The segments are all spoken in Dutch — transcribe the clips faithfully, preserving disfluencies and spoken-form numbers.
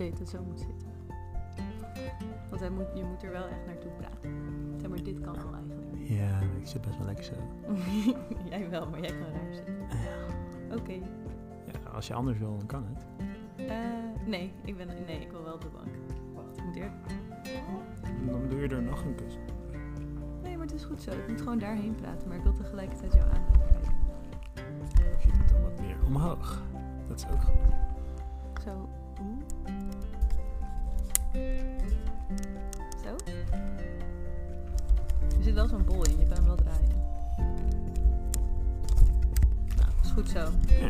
zitten, zo moet zitten. Want hij moet, je moet er wel echt naartoe praten. Zeg maar, dit kan al eigenlijk. Ja, ik zit best wel lekker zo. Jij wel, maar jij kan raar zitten. Ja. Oké. Okay. Ja, als je anders wil, dan kan het. Uh, nee, ik ben, nee, ik wil wel op de bank. Wacht, ik moet eerst... Dan doe je er nog een kussen. Nee, maar het is goed zo. Ik moet gewoon daarheen praten, maar ik wil tegelijkertijd jou aan gaan kijken. Of je moet dan wat meer omhoog. Dat is ook goed. Zo. Oeh. Zo. Er zit wel zo'n bol in, je kan hem wel draaien. Nou, is goed zo. Ja.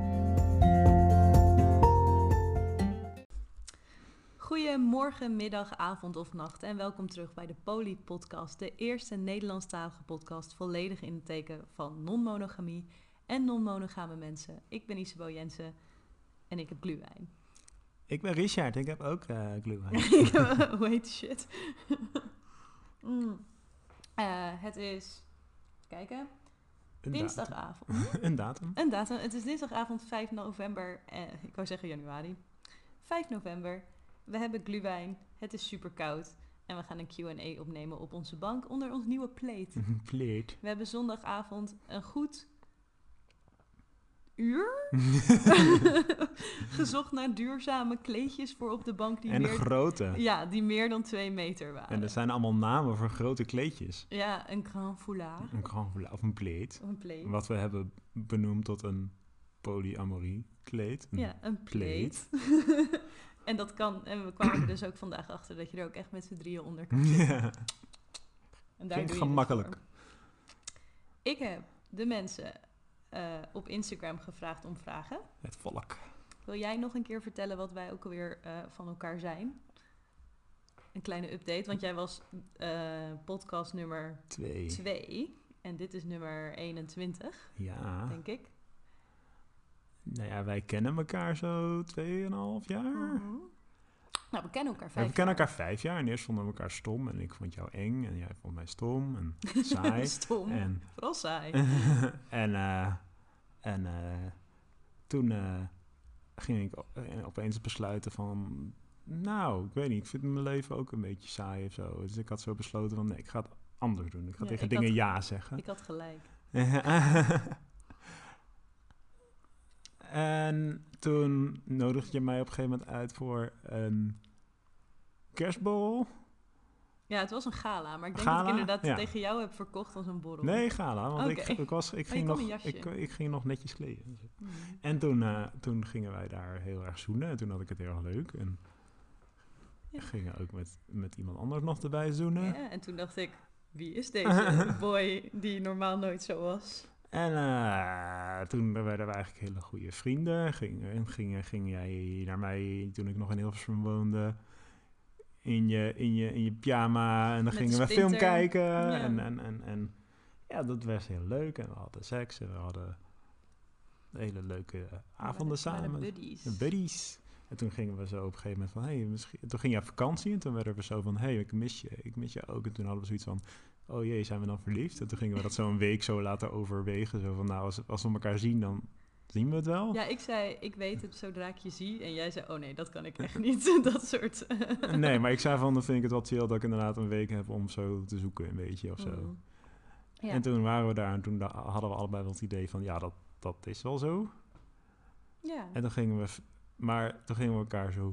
Goedemorgen, middag, avond of nacht en welkom terug bij de Poly Podcast, de eerste Nederlandstalige podcast volledig in het teken van non-monogamie en non-monogame mensen. Ik ben Isabel Jensen en ik heb glühwein. Ik ben Richard, ik heb ook uh, glühwein. Ik heb, hoe heet die shit? mm. uh, het is, kijken, een dinsdagavond. Datum. een datum. Een datum. Het is dinsdagavond vijf november, eh, ik wou zeggen januari. vijf november. We hebben glühwein, het is super koud en we gaan een Q en A opnemen op onze bank onder ons nieuwe pleed. Pleed. We hebben zondagavond een goed uur gezocht naar duurzame kleedjes voor op de bank. Die en meer, grote. Ja, die meer dan twee meter waren. En er zijn allemaal namen voor grote kleedjes. Ja, een grand foulard. Een grand foulard of een pleed. Een pleed. Wat we hebben benoemd tot een polyamorie kleed. Een ja, een pleed. pleed. En dat kan, en we kwamen er dus ook vandaag achter dat je er ook echt met z'n drieën onder kan zitten. Ja. En daar Vind doe ik je gemakkelijk. Ik heb de mensen uh, op Instagram gevraagd om vragen. Het volk. Wil jij nog een keer vertellen wat wij ook alweer uh, van elkaar zijn? Een kleine update, want jij was uh, podcast nummer twee. En dit is nummer eenentwintig, ja. denk ik. Nou ja, wij kennen elkaar zo tweeënhalf jaar. Mm-hmm. Nou, we kennen elkaar vijf ja, we jaar. kennen elkaar vijf jaar. En eerst vonden we elkaar stom. En ik vond jou eng. En jij vond mij stom. En saai. stom. En, Vooral saai. en uh, en uh, toen uh, ging ik opeens besluiten van... Nou, ik weet niet. Ik vind mijn leven ook een beetje saai of zo. Dus ik had zo besloten van... Nee, ik ga het anders doen. Ik ga ja, tegen ik dingen had, ja zeggen. Ik had gelijk. En toen nodigde je mij op een gegeven moment uit voor een kerstborrel. Ja, het was een gala, maar ik denk gala? dat ik inderdaad ja. tegen jou heb verkocht als een borrel. Nee, gala, want okay. ik, ik, was, ik, ging nog, ik, ik ging nog netjes kleden. Hmm. En toen, uh, toen gingen wij daar heel erg zoenen en toen had ik het heel erg leuk. En ja. gingen ook met, met iemand anders nog erbij zoenen. Ja, en toen dacht ik, wie is deze boy die normaal nooit zo was? En uh, toen werden we eigenlijk hele goede vrienden. Ging, ging, ging jij naar mij, toen ik nog in Hilversum woonde, in je, in je, in je pyjama. En dan Met gingen we film kijken. Ja. En, en, en, en ja, dat was heel leuk. En we hadden seks en we hadden hele leuke avonden de, samen. Buddies. De buddies. En toen gingen we zo op een gegeven moment van, hey, misschien... Toen ging je op vakantie en toen werden we zo van, hey, ik mis je, ik mis je ook. En toen hadden we zoiets van, oh jee, zijn we dan verliefd? En toen gingen we dat zo een week zo laten overwegen. Zo van, nou, als, als we elkaar zien, dan zien we het wel. Ja, ik zei, ik weet het zodra ik je zie. En jij zei, oh nee, dat kan ik echt niet. Dat soort... Nee, maar ik zei van, dan vind ik het wel chill dat ik inderdaad een week heb om zo te zoeken, een beetje of zo. Mm. Ja. En toen waren we daar en toen da- hadden we allebei wel het idee van, ja, dat, dat is wel zo. Ja. En dan gingen we... Maar toen gingen we elkaar zo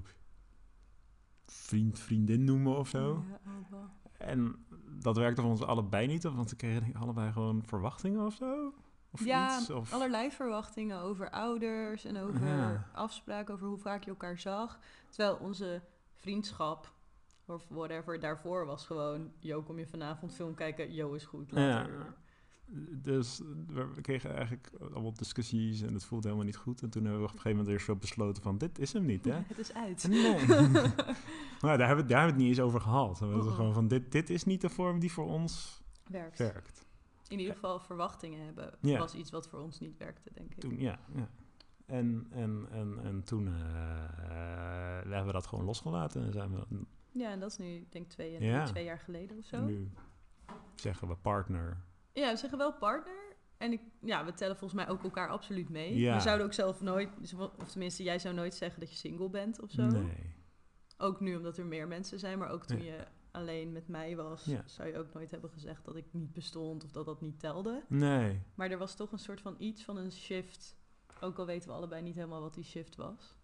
vriend, vriendin noemen of zo. Ja, oh, en dat werkte voor ons allebei niet, want we kregen allebei gewoon verwachtingen of zo. Of ja, iets, of... allerlei verwachtingen over ouders en over ja. afspraken, over hoe vaak je elkaar zag. Terwijl onze vriendschap, of whatever, daarvoor was gewoon... Jo, kom je vanavond film kijken? Jo, is goed. Later. Ja. Dus we kregen eigenlijk allemaal discussies en het voelde helemaal niet goed. En toen hebben we op een gegeven moment eerst zo besloten van, dit is hem niet, hè? Ja, het is uit. Nee. Maar daar hebben, we, daar hebben we het niet eens over gehad. We uh-uh. gewoon van, dit, dit is niet de vorm die voor ons werkt. werkt. In ieder geval verwachtingen hebben ja. was iets wat voor ons niet werkte, denk ik. Toen, ja, ja. En, en, en, en toen uh, uh, hebben we dat gewoon losgelaten en zijn we... Ja, en dat is nu, ik denk, twee, ja. twee jaar geleden of zo. En nu zeggen we partner... Ja, we zeggen wel partner. En ik, ja, we tellen volgens mij ook elkaar absoluut mee. Ja. We zouden ook zelf nooit... Of tenminste, jij zou nooit zeggen dat je single bent of zo. Nee. Ook nu omdat er meer mensen zijn, maar ook toen Ja. je alleen met mij was, Ja. zou je ook nooit hebben gezegd dat ik niet bestond of dat dat niet telde. Nee. Maar er was toch een soort van iets van een shift, ook al weten we allebei niet helemaal wat die shift was.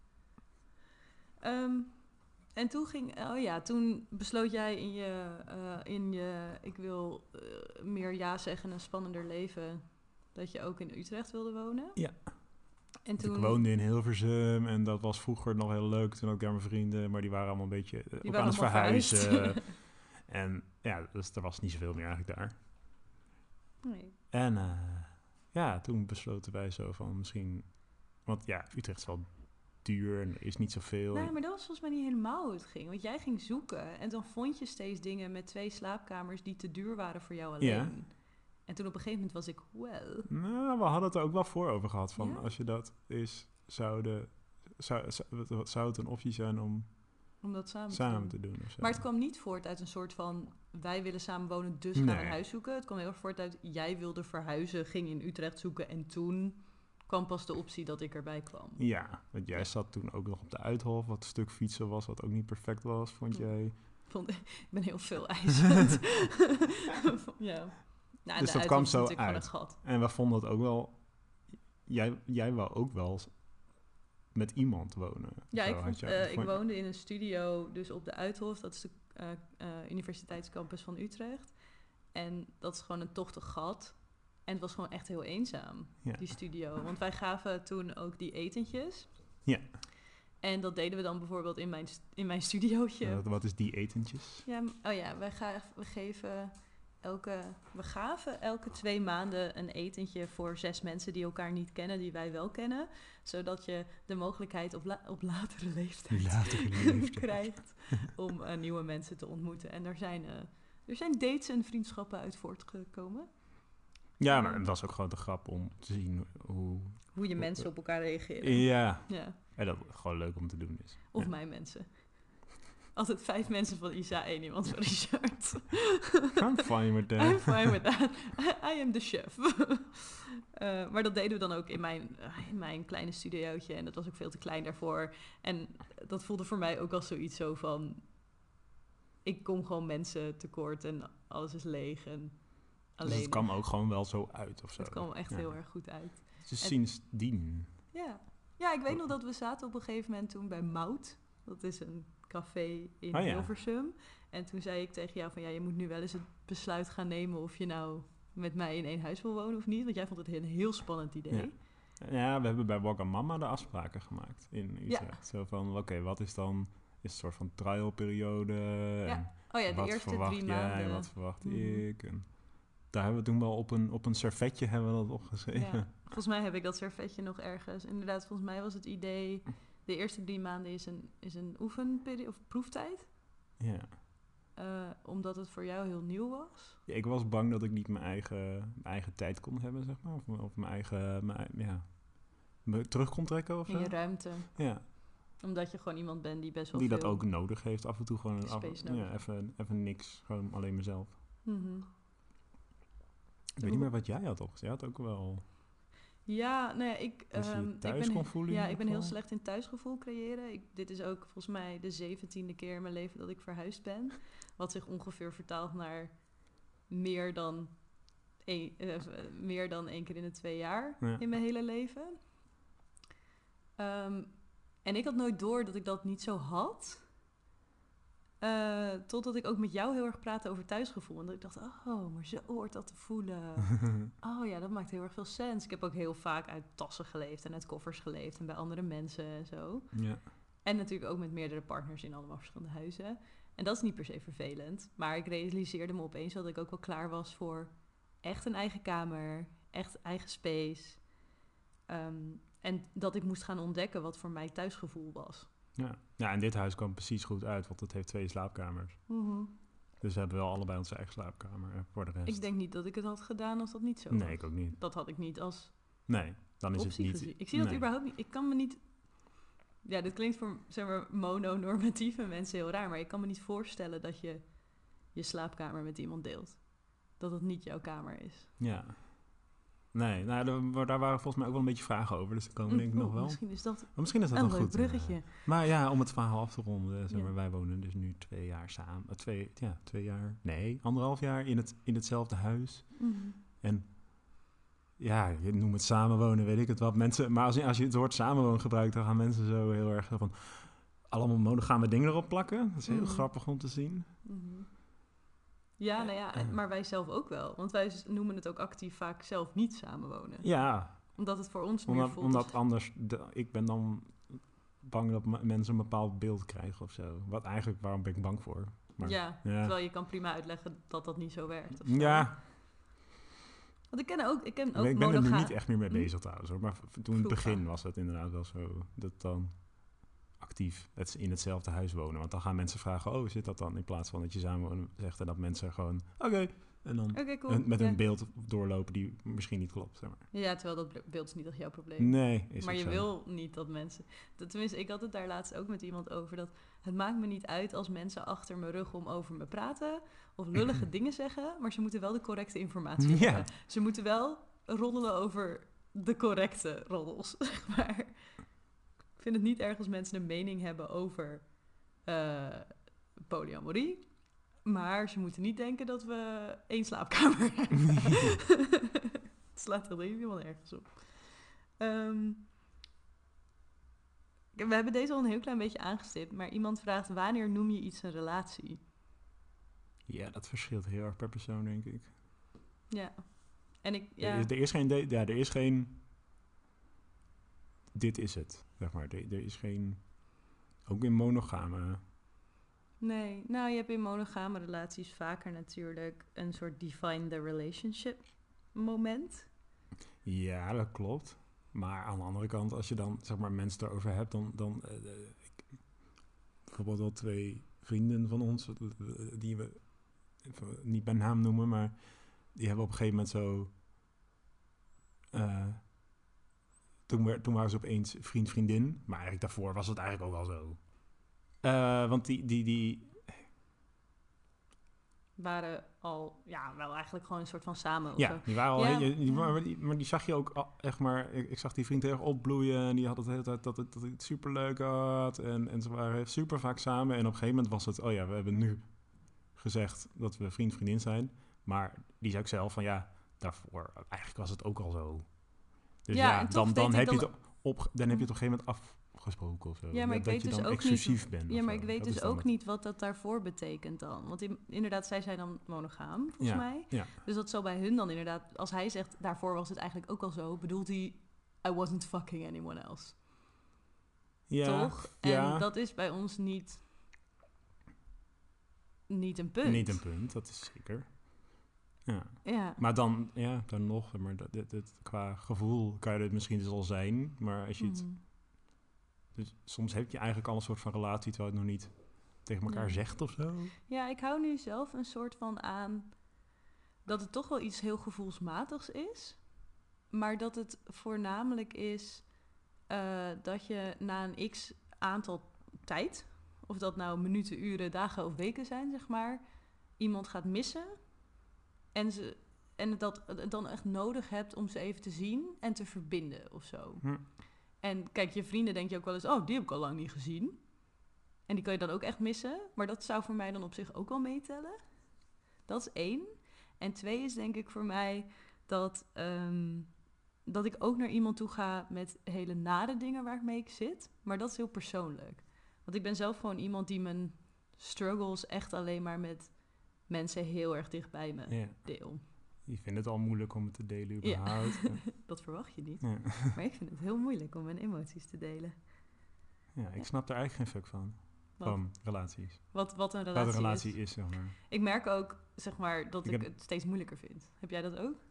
Ehm, en toen ging, oh ja, toen besloot jij in je, eh, in je ik wil eh, meer ja zeggen en een spannender leven, dat je ook in Utrecht wilde wonen. Ja. En toen... Ik woonde in Hilversum en dat was vroeger nog heel leuk. Toen had ik daar mijn vrienden, maar die waren allemaal een beetje uh, ook aan het verhuizen. En ja, dus er was niet zoveel meer eigenlijk daar. Nee. En uh, ja, toen besloten wij zo van misschien... Want ja, Utrecht is wel duur en er is niet zoveel. Nee, maar dat was volgens mij niet helemaal hoe het ging. Want jij ging zoeken en dan vond je steeds dingen met twee slaapkamers die te duur waren voor jou alleen. Ja. En toen op een gegeven moment was ik, well... Nou, we hadden het er ook wel voor over gehad. Van Ja? als je dat is, zouden, zou, zou, zou het een optie zijn om, om dat samen, samen te, te doen. doen. Of zo. Maar het kwam niet voort uit een soort van, wij willen samen wonen, dus gaan we Nee. een huis zoeken. Het kwam heel erg voort uit, jij wilde verhuizen, ging in Utrecht zoeken en toen kwam pas de optie dat ik erbij kwam. Ja, want jij Ja. zat toen ook nog op de Uithof, wat een stuk fietsen was, wat ook niet perfect was, vond Ja. jij? Vond, ik ben heel veel eisend. ja. Nou, Dus de dat kwam uitkomst is zo natuurlijk uit. gewoon een gat. En we vonden het ook wel... Jij, jij wou ook wel met iemand wonen. Ja, Zo ik, had vond, jij- uh, ik vond- woonde in een studio, dus op de Uithof. Dat is de uh, uh, universiteitscampus van Utrecht. En dat is gewoon een tochtig gat. En het was gewoon echt heel eenzaam, Ja. die studio. Want wij gaven toen ook die etentjes. Ja. En dat deden we dan bijvoorbeeld in mijn, st- in mijn studiootje. Uh, wat is die etentjes? Ja, m- oh ja, wij ga, we geven elke, we gaven elke twee maanden een etentje voor zes mensen die elkaar niet kennen, die wij wel kennen. Zodat je de mogelijkheid op, la, op latere leeftijd Latere leeftijd. krijgt om uh, nieuwe mensen te ontmoeten. En er zijn, uh, er zijn dates en vriendschappen uit voortgekomen. Ja, maar het was ook gewoon de grap om te zien hoe... Hoe je mensen op elkaar reageren. Ja, Ja. en dat het gewoon leuk om te doen is. Of ja. mijn mensen. Altijd vijf mensen van Isa, één iemand van Richard. I'm fine with that. I'm fine with that. I am the chef. uh, maar dat deden we dan ook in mijn, uh, in mijn kleine studiootje. En dat was ook veel te klein daarvoor. En dat voelde voor mij ook als zoiets zo van... Ik kom gewoon mensen tekort en alles is leeg en alleen. Dus het kwam ook gewoon wel zo uit of zo. Het kwam echt ja. heel erg goed uit. Dus En- sindsdien. Ja. ja, ik weet nog dat we zaten op een gegeven moment toen bij Mout. Dat is een café in Oh ja. Hilversum. En toen zei ik tegen jou van... ja, je moet nu wel eens het besluit gaan nemen... of je nou met mij in één huis wil wonen of niet. Want jij vond het een heel spannend idee. Ja. Ja, we hebben bij Wagamama de afspraken gemaakt in Utrecht. Zo van, oké, okay, wat is dan... Is een soort van trialperiode. Ja. En Oh ja, de wat eerste verwacht drie jij, maanden. wat verwacht Mhm. ik? En daar hebben we toen wel op een, op een servetje hebben we dat opgeschreven. Ja. Volgens mij heb ik dat servetje nog ergens. Inderdaad, volgens mij was het idee... de eerste drie maanden is een, is een oefenperiode of proeftijd. Ja. Uh, omdat het voor jou heel nieuw was. Ja, ik was bang dat ik niet mijn eigen, mijn eigen tijd kon hebben, zeg maar. Of, of mijn eigen, mijn, ja, me terug kon trekken of In zo. je ruimte. Ja, Omdat je gewoon iemand bent die best wel die veel... dat ook nodig heeft. Af en toe gewoon een af, space nodig. ja, even, even niks. Gewoon alleen mezelf. Mhm. Ik weet niet meer wat jij had opgezet. Jij had ook wel... Ja, nou ja, ik... Als je je um, ik thuis ben, kon voelen in Ja, ieder ik ben heel geval. slecht in thuisgevoel creëren. Ik, dit is ook volgens mij de zeventiende keer in mijn leven dat ik verhuisd ben. Wat zich ongeveer vertaalt naar meer dan één, uh, meer dan één keer in de twee jaar Ja. in mijn hele leven. Um, en ik had nooit door dat ik dat niet zo had. Uh, totdat ik ook met jou heel erg praatte over thuisgevoel. En dat ik dacht, oh, maar zo hoort dat te voelen. Oh ja, dat maakt heel erg veel sens. Ik heb ook heel vaak uit tassen geleefd en uit koffers geleefd. En bij andere mensen en zo. Ja. En natuurlijk ook met meerdere partners in allemaal verschillende huizen. En dat is niet per se vervelend. Maar ik realiseerde me opeens dat ik ook wel klaar was voor echt een eigen kamer. Echt eigen space. Um, en dat ik moest gaan ontdekken wat voor mij thuisgevoel was. Ja. ja, en dit huis kwam precies goed uit, want het heeft twee slaapkamers. Mm-hmm. Dus we hebben wel allebei onze eigen slaapkamer en voor de rest. Ik denk niet dat ik het had gedaan als dat niet zo was. Nee, ik ook niet. Dat had ik niet als Nee, dan is het optie niet... gezien. Ik zie dat nee. überhaupt niet. Ik kan me niet... Ja, dit klinkt voor zeg maar, mononormatieve mensen heel raar, maar ik kan me niet voorstellen dat je je slaapkamer met iemand deelt. Dat het niet jouw kamer is. Ja. Nee, nou, daar, daar waren volgens mij ook wel een beetje vragen over. Dus daar komen denk ik Oeh, nog wel. Misschien is dat Maar misschien is dat een dan leuk goed. bruggetje. Uh, maar ja, om het verhaal af te ronden. Zeg maar, Ja. wij wonen dus nu twee jaar samen. Uh, twee, ja, twee jaar. Nee, anderhalf jaar in, het, in hetzelfde huis. Mm. En ja, je noemt het samenwonen, weet ik het wat. Mensen, maar als je, als je het woord samenwonen gebruikt, dan gaan mensen zo heel erg van allemaal monogame dingen erop plakken. Dat is heel Mm. grappig om te zien. Mm-hmm. Ja, nou ja, maar wij zelf ook wel. Want wij noemen het ook actief vaak zelf niet samenwonen. Ja. Omdat het voor ons omdat, meer voelt. Omdat als... anders, de, ik ben dan bang dat m- mensen een bepaald beeld krijgen of zo. Wat eigenlijk, waarom ben ik bang voor? Maar, ja, ja, terwijl je kan prima uitleggen dat dat niet zo werkt. Of zo. ja. Want ik ken ook, ik ken ook Ik ben er nu monoga- niet echt meer mee Hm? bezig trouwens hoor. Maar v- toen in het Vroeger. begin was het inderdaad wel zo. Dat dan actief het in hetzelfde huis wonen. Want dan gaan mensen vragen, oh, zit dat dan? In plaats van dat je samen zegt en dat mensen gewoon, oké. Okay. En dan Oké, cool. een, met ja. een beeld doorlopen die misschien niet klopt. Zeg maar. Ja, terwijl dat beeld is niet echt jouw probleem. Nee, is Maar ook je zo. wil niet dat mensen... Dat, tenminste, ik had het daar laatst ook met iemand over. Dat het maakt me niet uit als mensen achter mijn rug om over me praten. Of lullige dingen zeggen. Maar ze moeten wel de correcte informatie Ja. hebben. Ze moeten wel roddelen over de correcte roddels, zeg maar. Ik vind het niet erg als mensen een mening hebben over uh, polyamorie. Maar ze moeten niet denken dat we één slaapkamer hebben. Het slaat er helemaal nergens op. Um, we hebben deze al een heel klein beetje aangestipt. Maar iemand vraagt, wanneer noem je iets een relatie? Ja, dat verschilt heel erg per persoon, denk ik. Ja. En ik, ja. Er, is, er is geen... De, ja, er is geen... Dit is het, zeg maar. Er, er is geen... Ook in monogame... Nee, nou je hebt in monogame relaties vaker natuurlijk een soort define the relationship moment. Ja, dat klopt. Maar aan de andere kant, als je dan zeg maar mensen erover hebt, dan... dan uh, ik, bijvoorbeeld wel twee vrienden van ons, die we niet bij naam noemen, maar die hebben op een gegeven moment zo... Uh, toen, we, toen waren ze opeens vriend-vriendin, maar eigenlijk daarvoor was het eigenlijk ook al zo. Uh, want die, die, die... waren al, ja, wel eigenlijk gewoon een soort van samen. Of ja, zo. die waren al, ja, die, die, ja. maar, die, maar die zag je ook al, echt maar, ik, ik zag die vriend heel erg opbloeien en die had het de hele tijd dat het, dat het superleuk had en, en ze waren super vaak samen en op een gegeven moment was het, oh ja, we hebben nu gezegd dat we vriend-vriendin zijn, maar die zei ook zelf van ja, daarvoor, eigenlijk was het ook al zo. Dus ja, ja dan, dan, heb dan, je het op, dan heb je het op een gegeven moment af. Gesproken of zo. Ja, maar ja, ik dat weet je dus dan ook exclusief niet, bent. Ja, maar ik zo. weet dat dus ook het. niet wat dat daarvoor betekent dan. Want in, inderdaad, zij zijn dan monogaam, volgens ja, mij. Ja. Dus dat zal bij hun dan inderdaad... Als hij zegt, daarvoor was het eigenlijk ook al zo... bedoelt hij, I wasn't fucking anyone else. Ja, toch? En ja. dat is bij ons niet... Niet een punt. Niet een punt, dat is zeker. Ja. ja. Maar dan, ja, dan nog, maar dat, dit, dit, qua gevoel kan je het misschien dus al zijn, maar als je het... Mm. Dus soms heb je eigenlijk al een soort van relatie, terwijl je het nog niet tegen elkaar ja. zegt of zo. Ja, ik hou nu zelf een soort van aan dat het toch wel iets heel gevoelsmatigs is, maar dat het voornamelijk is uh, dat je na een x aantal tijd, of dat nou minuten, uren, dagen of weken zijn, zeg maar, iemand gaat missen en ze en dat het dan echt nodig hebt om ze even te zien en te verbinden of zo. Hm. En kijk, je vrienden denk je ook wel eens, oh, die heb ik al lang niet gezien. En die kan je dan ook echt missen. Maar dat zou voor mij dan op zich ook wel meetellen. Dat is één. En twee is denk ik voor mij dat, um, dat ik ook naar iemand toe ga met hele nare dingen waarmee ik zit. Maar dat is heel persoonlijk. Want ik ben zelf gewoon iemand die mijn struggles echt alleen maar met mensen heel erg dicht bij me ja. deel. Je vindt het al moeilijk om het te delen überhaupt. Ja. Dat verwacht je niet. Ja. Maar ik vind het heel moeilijk om mijn emoties te delen. Ja, ik snap er eigenlijk geen fuck van. Wat? Van relaties. Wat, wat een relatie, wat een relatie is. is, zeg maar. Ik merk ook, zeg maar, dat ik, ik ik heb... het steeds moeilijker vind. Heb jij dat ook?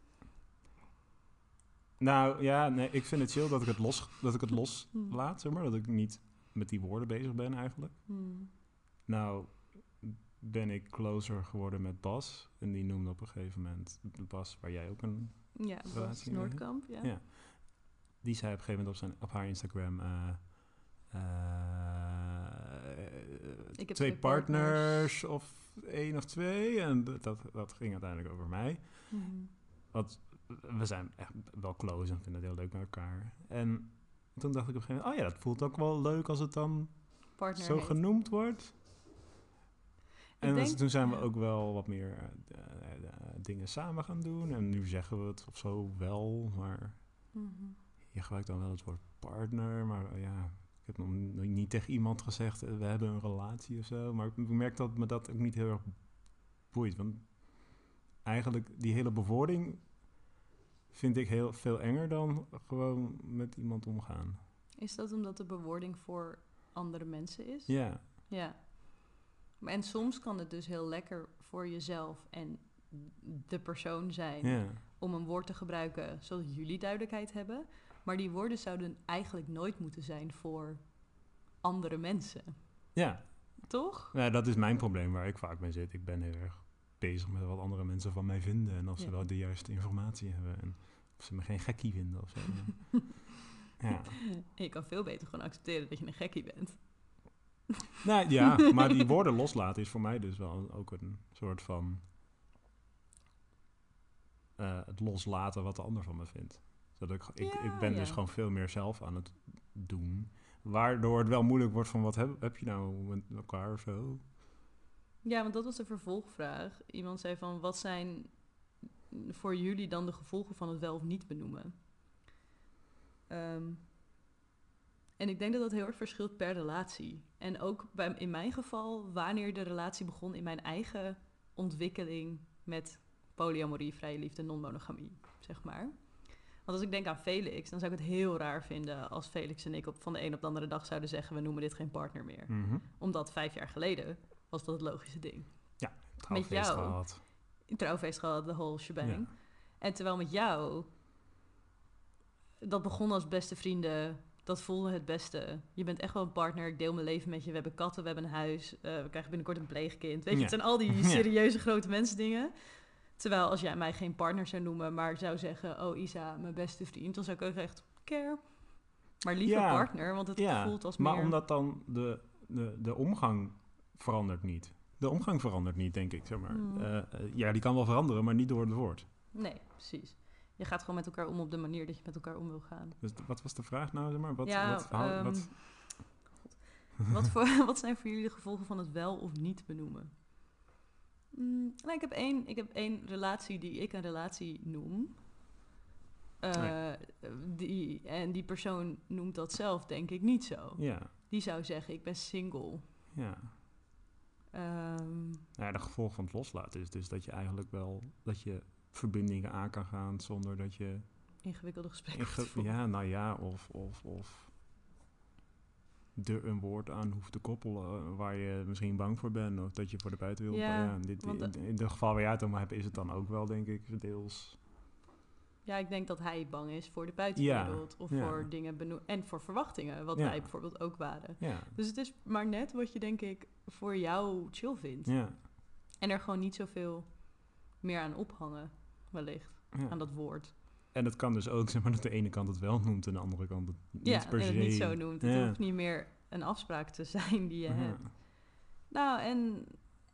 Nou, ja, nee, ik vind het chill dat ik het los, dat ik het los hmm. laat, zeg maar. Dat ik niet met die woorden bezig ben, eigenlijk. Hmm. Nou... ben ik closer geworden met Bas. En die noemde op een gegeven moment Bas, waar jij ook een ja, Bas Noordkamp, ja. ja. Die zei op een gegeven moment op, zijn, op haar Instagram... Uh, uh, ik heb twee partners, partners of één of twee. En dat, dat ging uiteindelijk over mij. Mm-hmm. Wat we zijn echt wel close en vinden het heel leuk met elkaar. En toen dacht ik op een gegeven moment, oh ja, dat voelt ook wel leuk als het dan Partner zo heet. genoemd wordt. En denk, toen zijn we ja. ook wel wat meer uh, uh, uh, dingen samen gaan doen. En nu zeggen we het of zo wel, maar Mm-hmm. je gebruikt dan wel het woord partner. Maar uh, ja, ik heb nog niet tegen iemand gezegd, uh, we hebben een relatie of zo. Maar ik merk dat me dat ook niet heel erg boeit. Want eigenlijk die hele bewoording vind ik heel veel enger dan gewoon met iemand omgaan. Is dat omdat de bewoording voor andere mensen is? Ja. Ja. Maar en soms kan het dus heel lekker voor jezelf en de persoon zijn Ja. om een woord te gebruiken zodat jullie duidelijkheid hebben. Maar die woorden zouden eigenlijk nooit moeten zijn voor andere mensen. Ja. Toch? Ja, dat is mijn probleem waar ik vaak mee zit. Ik ben heel erg bezig met wat andere mensen van mij vinden. En of ze Ja. wel de juiste informatie hebben. En of ze me geen gekkie vinden of zo. Ja. En je kan veel beter gewoon accepteren dat je een gekkie bent. Nou ja, maar die woorden loslaten is voor mij dus wel ook een soort van uh, het loslaten wat de ander van me vindt. Zodat ik, ik, Ja, ik ben ja. dus gewoon veel meer zelf aan het doen. Waardoor het wel moeilijk wordt van wat heb, heb je nou met elkaar of zo? Ja, want dat was de vervolgvraag. Iemand zei van, wat zijn voor jullie dan de gevolgen van het wel of niet benoemen? Um, en ik denk dat dat heel erg verschilt per relatie. En ook bij, in mijn geval, wanneer de relatie begon in mijn eigen ontwikkeling met polyamorie, vrije liefde, non-monogamie, zeg maar. Want als ik denk aan Felix, dan zou ik het heel raar vinden als Felix en ik op, van de een op de andere dag zouden zeggen, we noemen dit geen partner meer. Mm-hmm. Omdat vijf jaar geleden was dat het logische ding. Ja, trouwfeest met jou, gehad. Trouwfeest gehad, de whole shebang. Ja. En terwijl met jou, dat begon als beste vrienden, dat voelde het beste. Je bent echt wel een partner, ik deel mijn leven met je, we hebben katten, we hebben een huis, uh, we krijgen binnenkort een pleegkind. Weet je, Ja. het zijn al die serieuze ja. grote mensen dingen. Terwijl als jij mij geen partner zou noemen, maar zou zeggen, oh Isa, mijn beste vriend, dan zou ik ook echt care. Maar liever ja. partner, want het ja. voelt als maar meer... Maar omdat dan de, de, de omgang verandert niet. De omgang verandert niet, denk ik. Zeg maar. Mm. Uh, uh, ja, die kan wel veranderen, maar niet door het woord. Nee, precies. Je gaat gewoon met elkaar om op de manier dat je met elkaar om wil gaan. Dus d- wat was de vraag nou? Zeg maar? Wat, ja, wat, hou, um, wat? wat, voor, wat zijn voor jullie de gevolgen van het wel of niet benoemen? Mm, nou, ik heb één, ik heb één relatie die ik een relatie noem. Uh, nee. die, en die persoon noemt dat zelf, denk ik, niet zo. Ja. Die zou zeggen, ik ben single. Ja. Um, nou ja, de gevolg van het loslaten is dus dat je eigenlijk wel... dat je verbindingen aan kan gaan zonder dat je... ingewikkelde gesprekken inge- Ja, nou ja, of... of, of er een woord aan hoeft te koppelen waar je misschien bang voor bent of dat je voor de buiten wil. Ja, ja, dit, in, in, in de geval waar jij het om hebt is het dan ook wel, denk ik, deels... Ja, ik denk dat hij bang is voor de buitenwereld. Ja, of ja. voor dingen beno- en voor verwachtingen, wat ja. wij bijvoorbeeld ook waren. Ja. Dus het is maar net wat je, denk ik, voor jou chill vindt. Ja. En er gewoon niet zoveel meer aan ophangen, wellicht, ja. aan dat woord. En het kan dus ook, zeg maar, dat de ene kant het wel noemt en de andere kant het niet ja, per se. en het niet zo noemt. Het ja. hoeft niet meer een afspraak te zijn die je ja. hebt. Nou, en...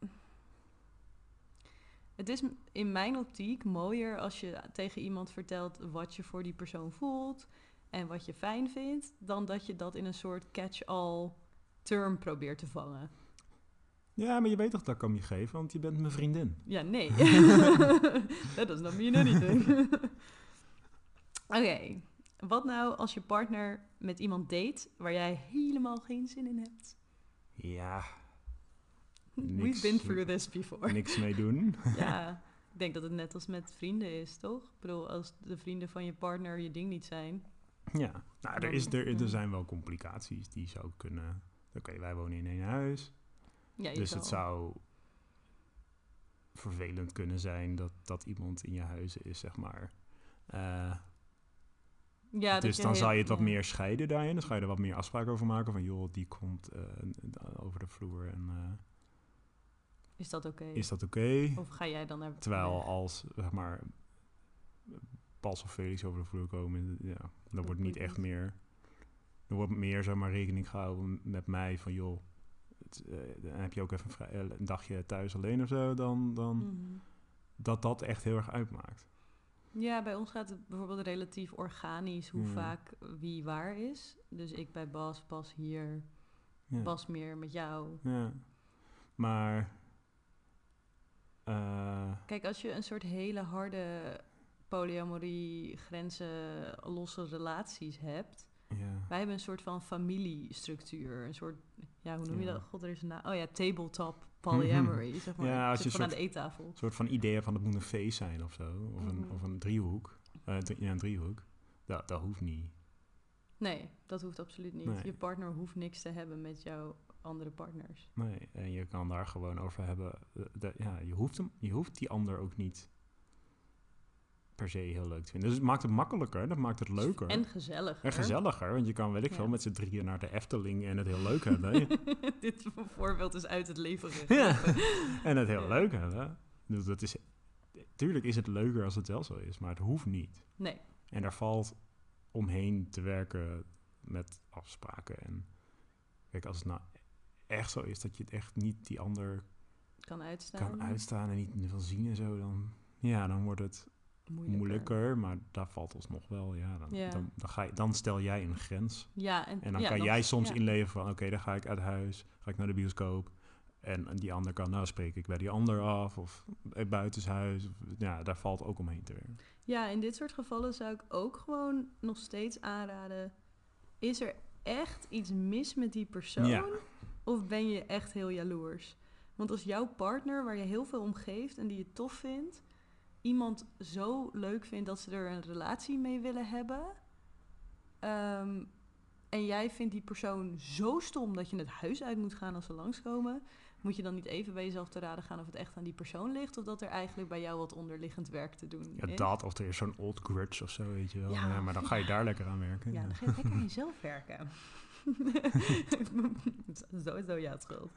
Het is in mijn optiek mooier als je tegen iemand vertelt wat je voor die persoon voelt en wat je fijn vindt, dan dat je dat in een soort catch-all term probeert te vangen. Ja, maar je weet toch dat ik kan je geven, want je bent mijn vriendin. Ja, nee. Dat does not mean anything. Oké, okay. Wat nou als je partner met iemand date waar jij helemaal geen zin in hebt? Ja... Niks, We've been through this before. Niks mee doen. Ja, ik denk dat het net als met vrienden is, toch? Ik bedoel, als de vrienden van je partner je ding niet zijn. Ja, nou, er, is, er, er zijn wel complicaties die zou kunnen... Oké, okay, wij wonen in één huis. Ja, dus zal. Het zou vervelend kunnen zijn dat, dat iemand in je huis is, zeg maar. Uh, Ja, dus dan heel, zou je het wat ja. meer scheiden daarin. Dan ga je er wat meer afspraken over maken. Van joh, die komt uh, over de vloer en... Uh, Is dat oké? Okay? Is dat oké? Okay? Of ga jij dan naar... Terwijl weg? als, zeg maar, Bas of Felix over de vloer komen, ja, dan dat wordt niet echt meer... Er wordt meer, zeg maar, rekening gehouden met mij van, joh, het, uh, dan heb je ook even vrij, uh, een dagje thuis alleen of zo, dan, dan mm-hmm. dat dat echt heel erg uitmaakt. Ja, bij ons gaat het bijvoorbeeld relatief organisch hoe Ja. vaak wie waar is. Dus ik bij Bas, Bas hier, Ja. Bas meer met jou. Ja. Maar... eh, Kijk, als je een soort hele harde polyamorie, grenzen, losse relaties hebt. ja. Wij hebben een soort van familiestructuur. Een soort, ja, hoe noem je Ja. dat? God, er is een naam. Oh ja, tabletop polyamory, zeg maar. Ja, als Zit je gewoon soort- aan de eettafel. Een soort van idee van het moet een feest zijn of zo. Of, een, Mhm. of een driehoek. Eh, drie- ja, een driehoek. Dat, dat hoeft niet. Nee, dat hoeft absoluut niet. Nee. Je partner hoeft niks te hebben met jouw andere partners. Nee, en je kan daar gewoon over hebben. eh, dat- ja, je, hoeft hem, je hoeft die ander ook niet per se heel leuk te vinden. Dus het maakt het makkelijker, dat maakt het leuker. En gezelliger. En gezelliger, want je kan, weet ik Ja. veel, met z'n drieën naar de Efteling en het heel leuk hebben. Dit voorbeeld is uit het leven gegeven. Ja, en het heel Ja. leuk hebben. Dus dat is, tuurlijk is het leuker als het wel zo is, maar het hoeft niet. Nee, En daar valt omheen te werken met afspraken. En kijk, als het nou echt zo is dat je het echt niet die ander kan uitstaan. kan uitstaan en niet wil zien en zo, dan, ja, dan wordt het Moeilijker. moeilijker. Maar daar valt alsnog wel, ja, dan, Ja. Dan, dan, ga je, dan stel jij een grens. Ja, en, En dan ja, kan jij soms ja. inleveren van, oké, dan ga ik uit huis, ga ik naar de bioscoop. En, en die ander kan, nou spreek ik bij die ander af, of eh, buitenshuis. Of, ja, daar valt ook omheen te werken. Ja, in dit soort gevallen zou ik ook gewoon nog steeds aanraden. Is er echt iets mis met die persoon? Ja. Of ben je echt heel jaloers? Want als jouw partner, waar je heel veel om geeft en die je tof vindt, iemand zo leuk vindt dat ze er een relatie mee willen hebben, ehm, en jij vindt die persoon zo stom dat je het huis uit moet gaan als ze langskomen, moet je dan niet even bij jezelf te raden gaan of het echt aan die persoon ligt, of dat er eigenlijk bij jou wat onderliggend werk te doen Ja, is? dat, of er is zo'n old grudge of zo, weet je wel. Ja. Ja, maar dan ga je daar lekker aan werken. Ja, Ja. dan ga je lekker aan jezelf werken. Sowieso ja, het schuld.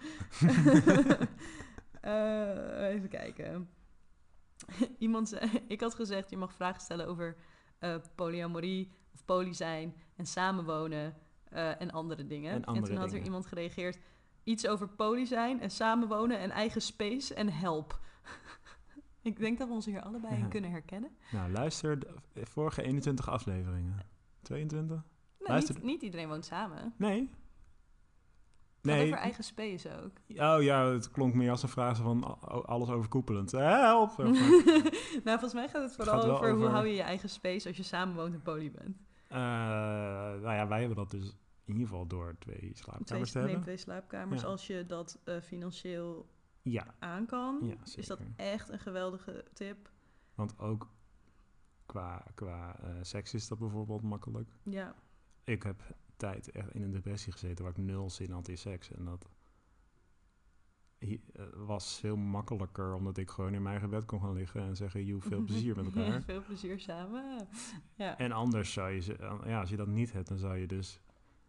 Eh, even kijken. Iemand zei, ik had gezegd, je mag vragen stellen over eh, polyamorie of poly zijn en samenwonen eh, en andere dingen. En andere toen had er dingen. iemand gereageerd, iets over poly zijn en samenwonen en eigen space en help. Ik denk dat we ons hier allebei in Ja. kunnen herkennen. Nou, luister de vorige eenentwintig afleveringen. tweeëntwintig? Nou, Luister- niet, niet iedereen woont samen. Nee. Het gaat Nee. over eigen space ook. Oh ja, het klonk meer als een vraag van a- alles overkoepelend. Help! zeg maar. Nou, volgens mij gaat het vooral gaat wel over, hoe over- hou je je eigen space als je samen woont en poly bent. Eh, nou ja, wij hebben dat dus in ieder geval door twee Twee, slaapkamers te neem hebben. twee slaapkamers. Ja. Als je dat eh, financieel Ja, aan kan, ja, is dat zeker. echt een geweldige tip. Want ook qua, qua eh, seks is dat bijvoorbeeld makkelijk. Ja, Ik heb tijd echt in een depressie gezeten waar ik nul zin had in seks. En dat hi- eh, was veel makkelijker omdat ik gewoon in mijn eigen bed kon gaan liggen en zeggen, joe, veel plezier met elkaar. Veel plezier samen. Ja. En anders zou je, ze- ja, als je dat niet hebt, dan zou je dus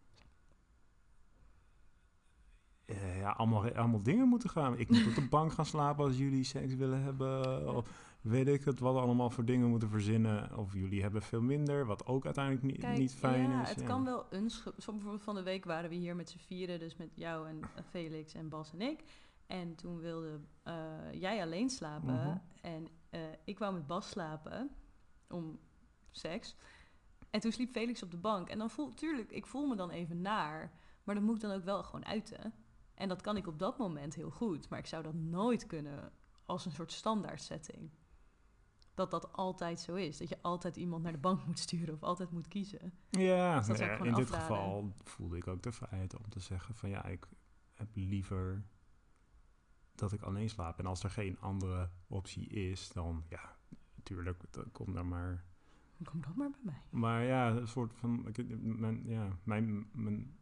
eh, ja, allemaal, allemaal dingen moeten gaan. Ik moet op de bank gaan slapen als jullie seks willen hebben. Of weet ik het, wat we allemaal voor dingen moeten verzinnen. Of jullie hebben veel minder, wat ook uiteindelijk niet, Kijk, niet fijn ja, is. het ja. kan wel eens. ge- Zo bijvoorbeeld van de week waren we hier met z'n vieren, dus met jou en eh, Felix en Bas en ik. En toen wilde eh, jij alleen slapen Mhm. en eh, ik wou met Bas slapen om seks. En toen sliep Felix op de bank. En dan voel, tuurlijk, ik voel me dan even naar, maar dat moet ik dan ook wel gewoon uiten. En dat kan ik op dat moment heel goed, maar ik zou dat nooit kunnen als een soort standaard setting. Dat dat altijd zo is. Dat je altijd iemand naar de bank moet sturen of altijd moet kiezen. Ja, Dus dat zou ja, ik gewoon in dit afraden. geval voelde ik ook de vrijheid om te zeggen van ja, ik heb liever dat ik alleen slaap. En als er geen andere optie is, dan ja, natuurlijk, dan kom daar maar. Kom dan maar bij mij. Maar ja, een soort van, ik- mijn, ja, mijn, mijn,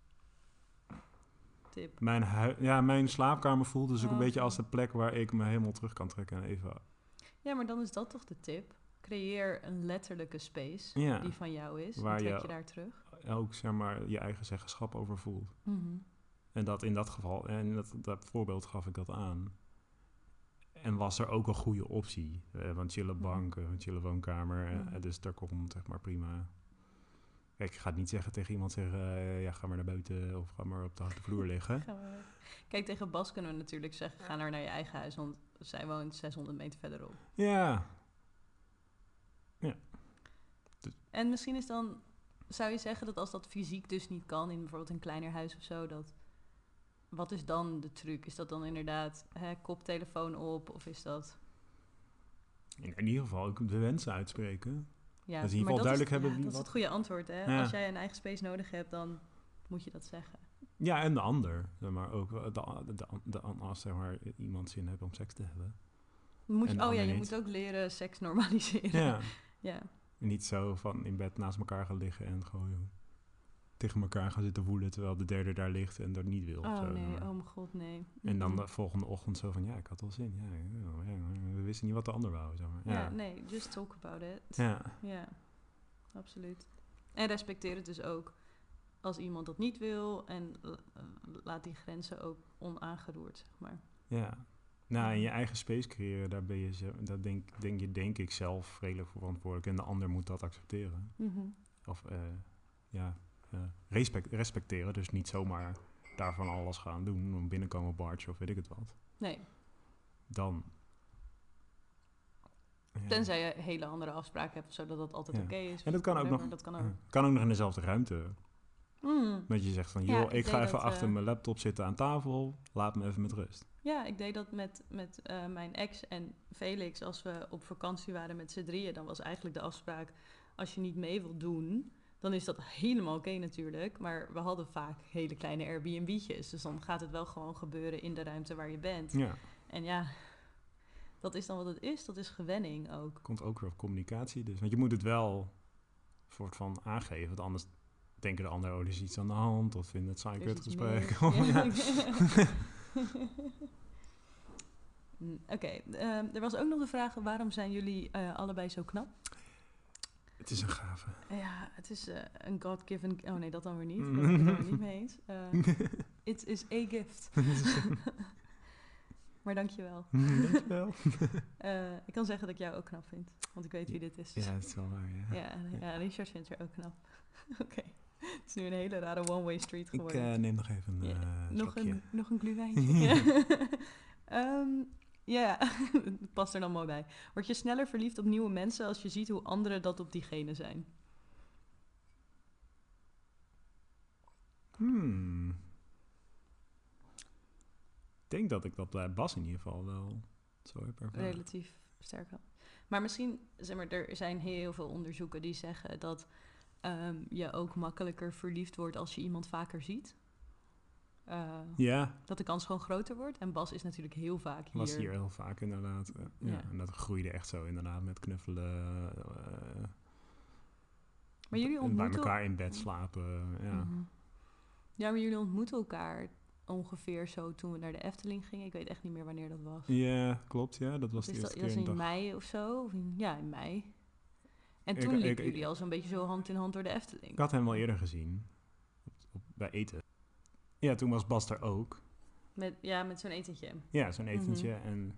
Tip. mijn, hui- ja, mijn slaapkamer voelt dus ook een Oh, beetje oké. als de plek waar ik me helemaal terug kan trekken en even, Ja, maar dan is dat toch de tip. Creëer een letterlijke space ja, die van jou is. Waar en trek je- je daar terug. ook zeg maar je eigen zeggenschap over voelt. Mhm. En dat in dat geval, en dat, dat voorbeeld gaf ik dat aan. En was er ook een goede optie. Eh, want chille Mhm. bank, een chille woonkamer. eh, Mhm. dus daar komt zeg maar prima. Kijk, ik ga niet zeggen tegen iemand zeggen, eh, ja, ga maar naar buiten of ga maar op de houten vloer liggen. Gaan we- Kijk, tegen Bas kunnen we natuurlijk zeggen, ga nou naar je eigen huis, want zij woont zeshonderd meter verderop. Ja. Ja. Dus, En misschien is dan, zou je zeggen dat als dat fysiek dus niet kan, in bijvoorbeeld een kleiner huis of zo, dat, wat is dan de truc? Is dat dan inderdaad hè, koptelefoon op of is dat... in, in ieder geval ook de wensen uitspreken. Ja, Dat is in ieder maar geval dat duidelijk is, hebben ja, wie dat is wat... het goede antwoord, hè? Ja. Als jij een eigen space nodig hebt, dan moet je dat zeggen. Ja, en de ander. Zeg maar ook de, de, de, de, als zeg maar, iemand zin heeft om seks te hebben. Moet En je, de oh ja, ander je niet. moet ook leren seks normaliseren. Ja. Ja. En niet zo van in bed naast elkaar gaan liggen en gewoon tegen elkaar gaan zitten woelen terwijl de derde daar ligt en dat niet wil. Oh zo, nee, maar. oh mijn god, nee. En dan Mhm. de volgende ochtend zo van, ja, ik had wel zin. Ja, ja, ja, we wisten niet wat de ander wou. Zeg maar. Ja. Ja, nee, just talk about it. ja. Ja, absoluut. En respecteer het dus ook als iemand dat niet wil en uh, laat die grenzen ook onaangeroerd, zeg maar. ja. Nou, in je eigen space creëren, daar ben je, ze- daar denk, denk je denk ik zelf redelijk voor verantwoordelijk. En de ander moet dat accepteren. Mhm. Of, uh, ja, uh, respect, respecteren. Dus niet zomaar daarvan alles gaan doen. Om binnenkomen barge of weet ik het wat. Nee, Dan... ja. tenzij je hele andere afspraken hebt of zo, dat dat altijd Ja. oké is. En dat kan ook whatever, nog, Dat kan ook. ja, kan ook nog in dezelfde ruimte. Mm. Dat je zegt van, Ja, joh, ik ik ga deed even dat, achter uh, mijn laptop zitten aan tafel. Laat me even met rust. Ja, ik deed dat met, met uh, mijn ex en Felix. Als we op vakantie waren met z'n drieën, dan was eigenlijk de afspraak... als je niet mee wilt doen, dan is dat helemaal oké natuurlijk. Maar we hadden vaak hele kleine Airbnb'tjes. Dus dan gaat het wel gewoon gebeuren in de ruimte waar je bent. Ja, En ja, dat is dan wat het is. Dat is gewenning ook. komt ook weer op communicatie dus. Want je moet het wel soort van aangeven. Want anders denken de anderen, oh, er is iets aan de hand. Of vinden het saai Er is iets kutgesprek. mis. Ja. Ja. Mm, Oké, okay. uh, er was ook nog de vraag... waarom zijn jullie uh, allebei zo knap? Het is een gave. Ja, het is uh, een God-given... Oh nee, dat dan weer niet. Daar Mm. ben ik het er niet mee eens. Uh, it is a gift. Maar dankjewel. Dankjewel. uh, ik kan zeggen dat ik jou ook knap vind. Want ik weet wie dit is. Ja, dat is wel waar, ja. Ja, ja, Richard vindt je ook knap. Oké. Okay. Het is nu een hele rare one-way street Ik geworden. uh, neem nog even een Ja, uh, nog, slokje. een, nog een gluwijntje. Ja, um, yeah. Het past er dan mooi bij. Word je sneller verliefd op nieuwe mensen als je ziet hoe anderen dat op diegene zijn? Hmm. Ik denk dat ik dat bij Bas in ieder geval wel zo heb ervaren. Relatief sterk wel. Maar misschien, zeg maar, er zijn heel veel onderzoeken die zeggen dat um, je ook makkelijker verliefd wordt als je iemand vaker ziet. Uh, Ja. Dat de kans gewoon groter wordt. En Bas is natuurlijk heel vaak hier. Was hier heel vaak inderdaad. Uh, ja. Ja. En dat groeide echt zo inderdaad met knuffelen. Uh, maar jullie en ontmoeten... bij elkaar in bed slapen. Ja, Mm-hmm. Ja, maar jullie ontmoeten elkaar ongeveer zo toen we naar de Efteling gingen. Ik weet echt niet meer wanneer dat was. ja klopt. Ja, dat was Is de dat, eerste dat keer was in in de dag. mei of zo? Of in, ja, in mei. En Ik- toen ik- liepen ik- jullie al zo'n beetje zo hand in hand door de Efteling. Ik had hem al eerder gezien. Op, op, bij eten. Ja, toen was Bas er ook. Met, ja, met zo'n etentje. Ja, zo'n etentje. Mhm. En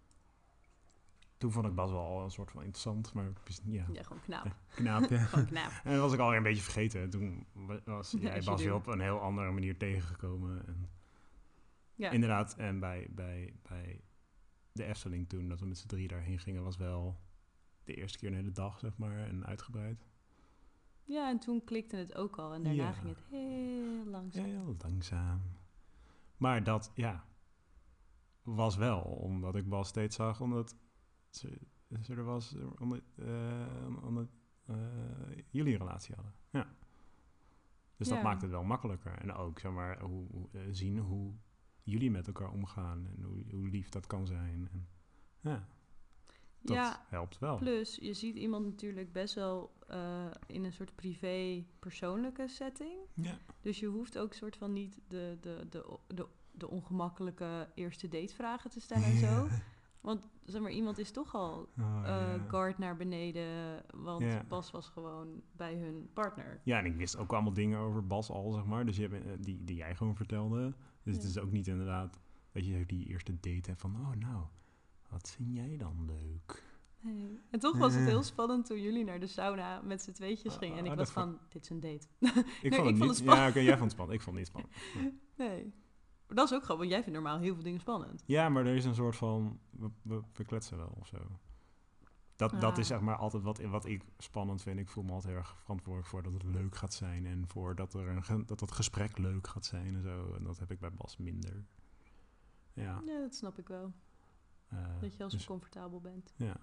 toen vond ik Bas wel een soort van interessant. Maar ik wist niet, ja, Ja, gewoon knap. ja, knaap, ja. Gewoon knap. En dat was ik alweer een beetje vergeten. Toen wa- was jij As you Bas do. weer op een heel andere manier tegengekomen. En Ja. inderdaad, en bij, bij, bij de Efteling toen, dat we met z'n drie daarheen gingen, was wel de eerste keer een hele dag, zeg maar, en uitgebreid. ja, en toen klikte het ook al. En daarna Ja. ging het heel langzaam. Ja, heel langzaam. Maar dat, ja, was wel, omdat ik Bas steeds zag, omdat ze, ze er was, omdat, uh, omdat uh, jullie een relatie hadden. Ja. Dus dat Ja. maakt het wel makkelijker. En ook, zeg maar, hoe, hoe, uh, zien hoe jullie met elkaar omgaan en hoe, hoe lief dat kan zijn. En, ja, dat Ja, helpt wel. plus je ziet iemand natuurlijk best wel uh, in een soort privé-persoonlijke setting. Ja. Dus je hoeft ook soort van niet de, de, de, de, de ongemakkelijke eerste datevragen te stellen en zo. Want zeg maar, iemand is toch al Oh, uh, ja. guard naar beneden, want Ja. Bas was gewoon bij hun partner. Ja, en ik wist ook allemaal dingen over Bas al, zeg maar. Dus je hebt, uh, die, die jij gewoon vertelde. Dus Ja. het is ook niet inderdaad dat je die eerste date hebt van, oh nou, wat vind jij dan leuk? Nee. En toch was het heel spannend toen jullie naar de sauna met z'n tweetjes gingen. En ik Ah, was dat van, dit is een date. Ik Nee, vond het ik niet. vond het spannend. Ja, oké, jij vond het spannend. Ik vond het niet spannend. Ja. Nee. Maar dat is ook gewoon, want jij vindt normaal heel veel dingen spannend. Ja, maar er is een soort van, we, we, we kletsen wel of zo. dat, dat is Ah. zeg maar altijd wat, wat ik spannend vind. Ik voel me altijd heel erg verantwoordelijk voor dat het leuk gaat zijn. En voor dat, er een, ge- dat het gesprek leuk gaat zijn en zo. En dat heb ik bij Bas minder. Ja. Ja, dat snap ik wel. eh, Dat je als dus, je comfortabel bent. ja.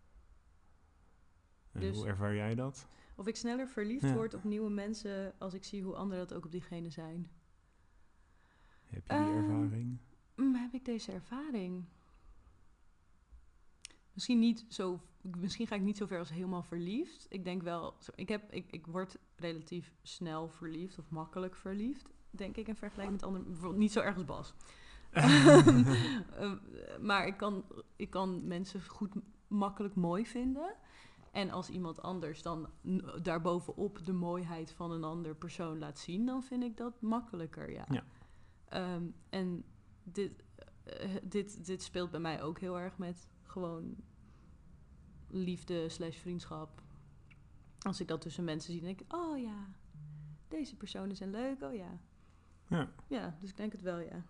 En Dus- hoe ervaar jij dat? Of ik sneller verliefd Ja. word op nieuwe mensen als ik zie hoe anderen dat ook op diegene zijn. Heb je die Ehm, ervaring? Mm, heb ik deze ervaring? Misschien niet zo. Misschien ga ik niet zo ver als helemaal verliefd. Ik denk wel. zo- Ik, heb, ik, ik word relatief snel verliefd of makkelijk verliefd. Denk ik in vergelijking met anderen. Bijvoorbeeld niet zo erg als Bas. Eh, maar ik kan, ik kan mensen goed makkelijk mooi vinden. En als iemand anders dan n- daarbovenop de mooiheid van een ander persoon laat zien, dan vind ik dat makkelijker, ja. Ja. Ehm, en dit, eh, dit, dit speelt bij mij ook heel erg met gewoon liefde slash vriendschap. Als ik dat tussen mensen zie, dan denk ik, oh ja, deze personen zijn leuk, oh ja. Ja. Ja, dus ik denk het wel, ja.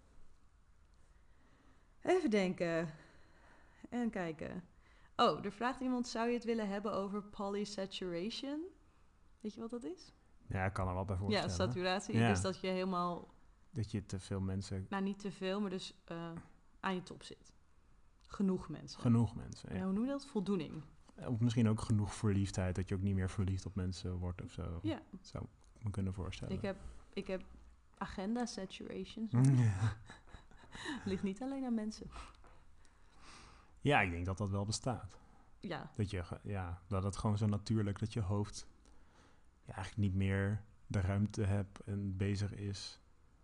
Even denken. En kijken. Oh, er vraagt iemand, zou je het willen hebben over polysaturation? Weet je wat dat is? Ja, ik kan er wel bij Ja, voorstellen. saturatie. Ja. Dus dat je helemaal, Dat je te veel mensen... nou niet te veel, maar dus eh, aan je top zit. Genoeg mensen. Genoeg mensen, Ja, ja. hoe noem je dat? Voldoening. Of misschien ook genoeg verliefdheid, dat je ook niet meer verliefd op mensen wordt of zo. Ja. Zou ik me kunnen voorstellen. Ik heb, ik heb agenda saturation. Ja. Ligt niet alleen aan mensen. Ja, ik denk dat dat wel bestaat. Ja, Dat, je, ge- ja, dat het gewoon zo natuurlijk dat je hoofd ja, eigenlijk niet meer de ruimte hebt en bezig is.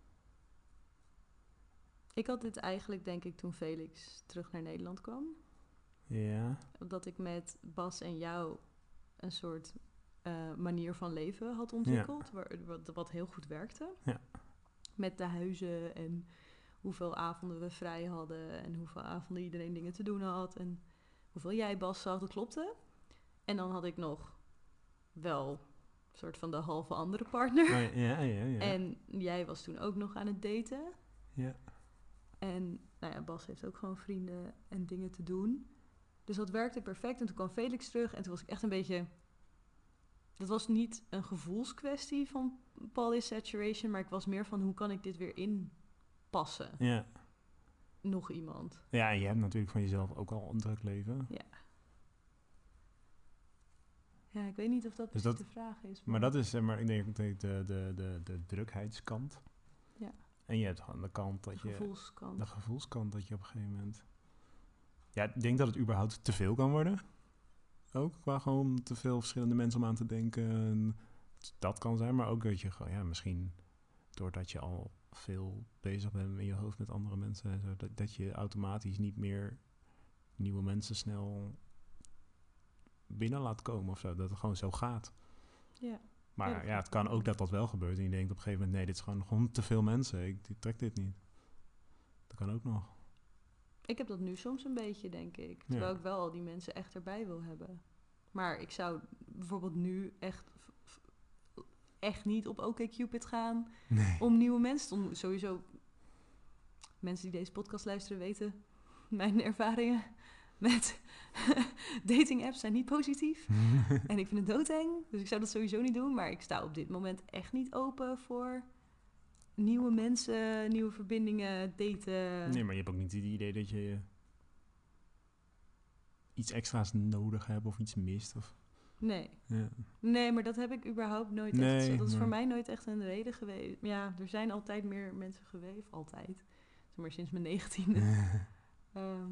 ik had dit eigenlijk denk ik toen Felix terug naar Nederland kwam. Ja, Dat ik met Bas en jou een soort eh, manier van leven had ontwikkeld. Waar, wat, wat heel goed werkte. Ja. Met de huizen en hoeveel avonden we vrij hadden. En hoeveel avonden iedereen dingen te doen had. En hoeveel jij Bas zag, dat klopte. En dan had ik nog wel een soort van de halve andere partner. oh, ja, ja, ja, ja. En jij was toen ook nog aan het daten. ja. En nou ja, Bas heeft ook gewoon vrienden en dingen te doen. Dus dat werkte perfect. En toen kwam Felix terug en toen was ik echt een beetje... Dat was niet een gevoelskwestie van polysaturation, maar ik was meer van hoe kan ik dit weer inpassen? Ja. Nog iemand. Ja, en je hebt natuurlijk van jezelf ook al een druk leven. Ja, ik weet niet of dat Dus precies dat- de vraag is. Maar dat is, zeg maar, ik denk de, de, de, de, de drukheidskant. Ja. En je hebt gewoon de kant de dat je... gevoelskant. De gevoelskant dat je op een gegeven moment... Ja, ik denk dat het überhaupt te veel kan worden. Ook qua gewoon te veel verschillende mensen om aan te denken. En dat kan zijn, maar ook dat je gewoon... Ja, misschien doordat je al veel bezig bent in je hoofd met andere mensen... En zo, dat, dat je automatisch niet meer nieuwe mensen snel binnen laat komen of zo. Dat het gewoon zo gaat. Ja. Maar Ja, ja, dat kan het kan ook. ook dat dat wel gebeurt. En je denkt op een gegeven moment... Nee, dit is gewoon, gewoon te veel mensen. Ik, ik trek dit niet. Dat kan ook nog. Ik heb dat nu soms een beetje, denk ik. Terwijl ik wel al die mensen echt erbij wil hebben. Maar ik zou bijvoorbeeld nu echt, echt niet op OkCupid gaan Nee. om nieuwe mensen te ontmoeten. Sowieso, mensen die deze podcast luisteren weten, mijn ervaringen met dating apps zijn niet positief. En ik vind het doodeng, dus ik zou dat sowieso niet doen. Maar ik sta op dit moment echt niet open voor nieuwe mensen, nieuwe verbindingen, daten. Nee, maar je hebt ook niet het idee dat je iets extra's nodig hebt of iets mist. Of, Nee. ja. Nee, maar dat heb ik überhaupt nooit Nee, echt... zo- Dat is maar- voor mij nooit echt een reden geweest. Ja, er zijn altijd meer mensen geweest. Altijd. Zeg maar sinds mijn negentiende. Ehm,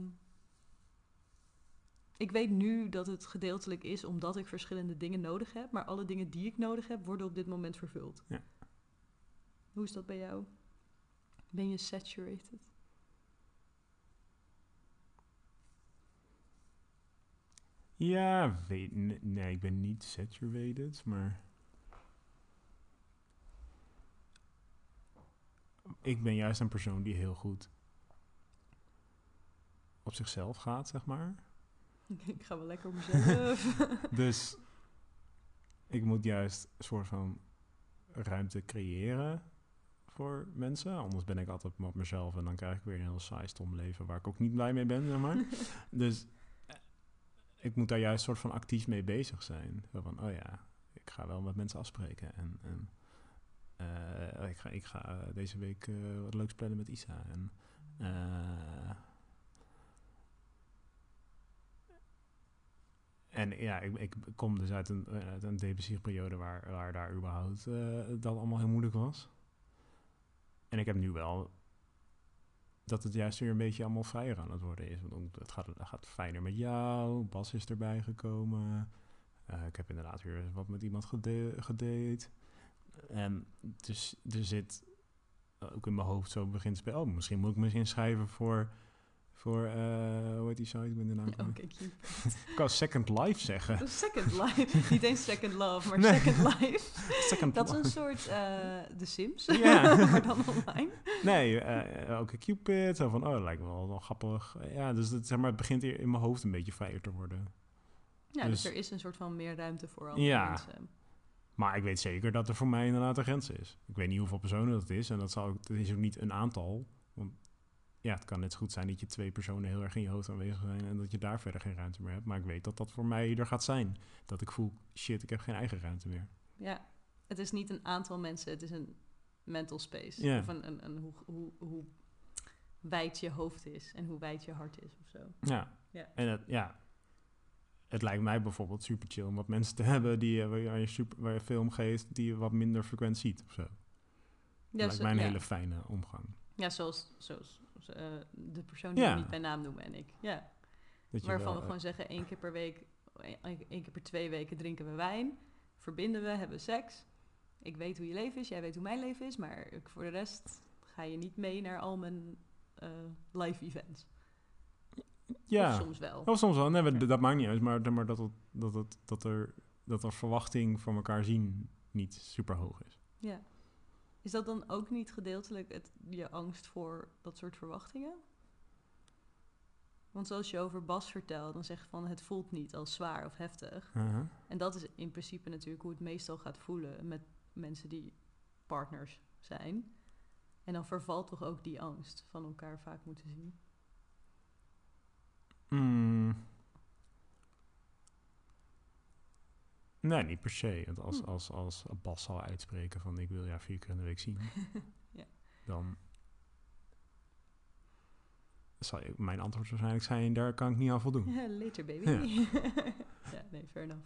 ik weet nu dat het gedeeltelijk is omdat ik verschillende dingen nodig heb. Maar alle dingen die ik nodig heb, worden op dit moment vervuld. Ja. Hoe is dat bij jou? Ben je saturated? Ja, weet, n- nee, ik ben niet saturated, maar... Ik ben juist een persoon die heel goed op zichzelf gaat, zeg maar. Ik ga wel lekker op mezelf. Dus ik moet juist een soort van ruimte creëren voor mensen. Anders ben ik altijd maar op mezelf en dan krijg ik weer een heel saai stom leven waar ik ook niet blij mee ben, zeg maar. Dus ik moet daar juist soort van actief mee bezig zijn. Zo van, oh ja, ik ga wel met mensen afspreken. En, en uh, ik ga, ik ga deze week uh, wat leuks plannen met Isa. En, uh, en ja, ik, ik kom dus uit een, uit een depressieve periode waar, waar daar überhaupt uh, dat allemaal heel moeilijk was. En ik heb nu wel dat het juist weer een beetje allemaal vrijer aan het worden is. Want het gaat, het gaat fijner met jou. Bas is erbij gekomen. Uh, ik heb inderdaad weer wat met iemand gede- gedate. En dus er zit ook in mijn hoofd zo begint te spelen. Oh, misschien moet ik me inschrijven voor... Voor, uh, hoe heet die site? Ik ben de naam Oké, okay, cute. Ik kan Second Life zeggen. Second Life. Niet eens Second Love, maar nee. Second Life. Second dat life. is een soort uh, The Sims, ja. maar dan online. Nee, uh, ook een Cupid. Zo van, oh, dat lijkt me wel, wel grappig. Ja, dus het, zeg maar, het begint hier in mijn hoofd een beetje vrijer te worden. Ja, dus, dus er is een soort van meer ruimte voor andere ja. mensen. Maar ik weet zeker dat er voor mij inderdaad een grens is. Ik weet niet hoeveel personen dat is. En dat, zal, dat is ook niet een aantal. Want ja, het kan net zo goed zijn dat je twee personen heel erg in je hoofd aanwezig zijn en dat je daar verder geen ruimte meer hebt. Maar ik weet dat dat voor mij er gaat zijn. Dat ik voel, shit, ik heb geen eigen ruimte meer. Ja, het is niet een aantal mensen, het is een mental space. Ja. Of een, een, een hoe, hoe, hoe wijd je hoofd is en hoe wijd je hart is of zo. Ja, ja. En het, ja, het lijkt mij bijvoorbeeld super chill om wat mensen te hebben die, waar, je super, waar je film geeft die je wat minder frequent ziet of zo. Dat ja, lijkt zo, mij een ja. hele fijne omgang. Ja, zoals, zoals uh, de persoon die ja. we niet bij naam noemen en ik. Ja. Waarvan wel, we gewoon uh, zeggen, één keer per week, één keer per twee weken drinken we wijn. Verbinden we, hebben we seks. Ik weet hoe je leven is, jij weet hoe mijn leven is. Maar voor de rest ga je niet mee naar al mijn uh, live events. Ja. Of soms wel. Of soms wel. Nee, ja. Dat maakt niet uit. Maar, maar dat, het, dat, het, dat, er, dat er verwachting van elkaar zien niet super hoog is. Ja. Is dat dan ook niet gedeeltelijk het, je angst voor dat soort verwachtingen? Want zoals je over Bas vertelt, dan zeg je van het voelt niet als zwaar of heftig. Uh-huh. En dat is in principe natuurlijk hoe het meestal gaat voelen met mensen die partners zijn. En dan vervalt toch ook die angst van elkaar vaak moeten zien. Mm. Nee, niet per se. Want als, hm. als, als Bas zal uitspreken van ik wil jou vier keer in de week zien, ja. dan zal je, mijn antwoord waarschijnlijk zijn, daar kan ik niet aan voldoen. Ja, later baby. Ja. ja, nee, fair enough.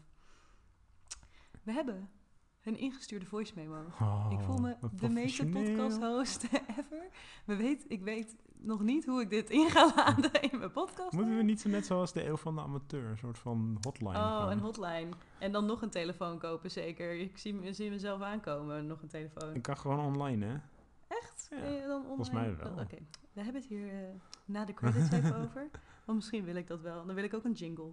We hebben een ingestuurde voice memo. Oh, ik voel me de meeste podcast host ever. We weet, ik weet nog niet hoe ik dit in ga laten in mijn podcast. Moeten we niet zo net zoals de eeuw van de amateur, een soort van hotline Oh, gaan? een hotline. En dan nog een telefoon kopen, zeker. Ik zie, me, zie mezelf aankomen, nog een telefoon. Ik kan gewoon online, hè? Echt? Ja, eh, dan online? Volgens mij wel. Oké, okay. We hebben het hier uh, na de credits even over. Want misschien wil ik dat wel. Dan wil ik ook een jingle.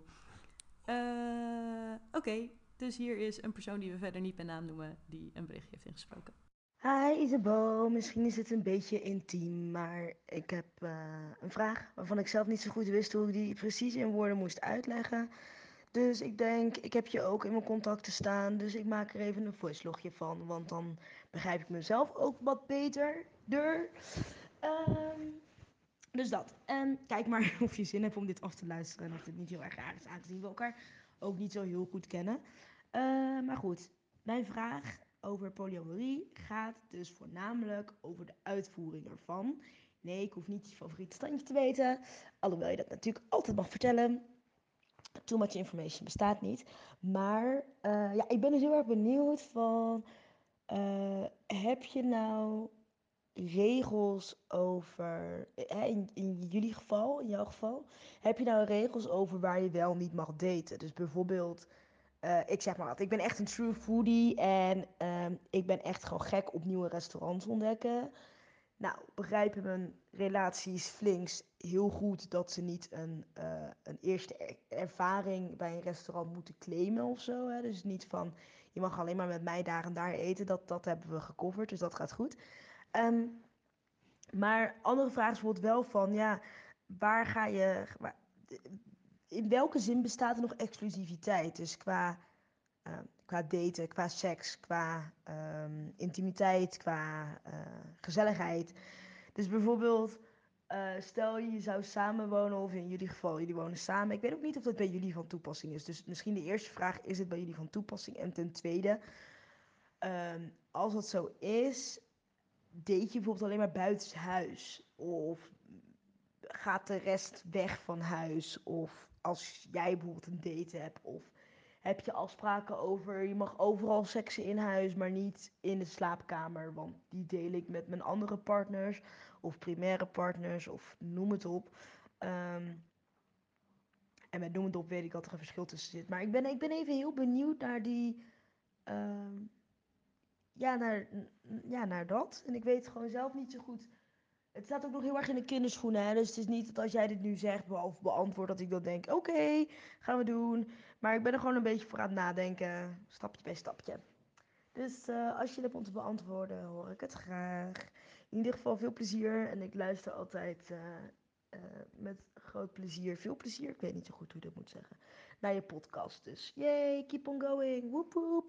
Uh, Oké, okay. Dus hier is een persoon die we verder niet bij naam noemen, die een berichtje heeft ingesproken. Hi Isabel, misschien is het een beetje intiem, maar ik heb uh, een vraag waarvan ik zelf niet zo goed wist hoe ik die precies in woorden moest uitleggen. Dus ik denk, ik heb je ook in mijn contacten staan, dus ik maak er even een voicelogje van, want dan begrijp ik mezelf ook wat beter. Deur. Um, dus dat. En kijk maar of je zin hebt om dit af te luisteren en of dit niet heel erg raar is, aangezien we elkaar ook niet zo heel goed kennen. Uh, maar goed, mijn vraag over polyamorie gaat dus voornamelijk over de uitvoering ervan. Nee, ik hoef niet je favoriete standje te weten, alhoewel je dat natuurlijk altijd mag vertellen. Too much information bestaat niet. Maar uh, ja, ik ben dus heel erg benieuwd van, uh, heb je nou regels over, hè, in, in jullie geval, in jouw geval, heb je nou regels over waar je wel niet mag daten? Dus bijvoorbeeld, uh, ik zeg maar wat, ik ben echt een true foodie en um, ik ben echt gewoon gek op nieuwe restaurants ontdekken. Nou, begrijpen mijn relaties flinks heel goed dat ze niet een, uh, een eerste er- ervaring bij een restaurant moeten claimen of zo. Hè? Dus niet van, je mag alleen maar met mij daar en daar eten, dat, dat hebben we gecoverd, dus dat gaat goed. Um, maar andere vraag is bijvoorbeeld wel van, ja, waar ga je, waar, in welke zin bestaat er nog exclusiviteit? Dus qua, uh, qua daten, qua seks, qua um, intimiteit, qua uh, gezelligheid. Dus bijvoorbeeld, Uh, stel je zou samenwonen, of in jullie geval, jullie wonen samen. Ik weet ook niet of dat bij jullie van toepassing is. Dus misschien de eerste vraag, is het bij jullie van toepassing? En ten tweede, um, als dat zo is, date je bijvoorbeeld alleen maar buitenshuis? Of gaat de rest weg van huis? Of als jij bijvoorbeeld een date hebt, of heb je afspraken over, je mag overal seksen in huis, maar niet in de slaapkamer, want die deel ik met mijn andere partners, of primaire partners, of noem het op. Um, en met noem het op weet ik dat er een verschil tussen zit. Maar ik ben, ik ben even heel benieuwd naar die, um, ja, naar, ja, naar dat. En ik weet gewoon zelf niet zo goed. Het staat ook nog heel erg in de kinderschoenen, hè? Dus het is niet dat als jij dit nu zegt of beantwoordt, dat ik dan denk, oké, okay, gaan we doen. Maar ik ben er gewoon een beetje voor aan het nadenken, stapje bij stapje. Dus uh, als je het hebt om te beantwoorden, hoor ik het graag. In ieder geval veel plezier. En ik luister altijd uh, uh, met groot plezier, veel plezier, ik weet niet zo goed hoe je dat moet zeggen, naar je podcast. Dus yay, keep on going, woep woep.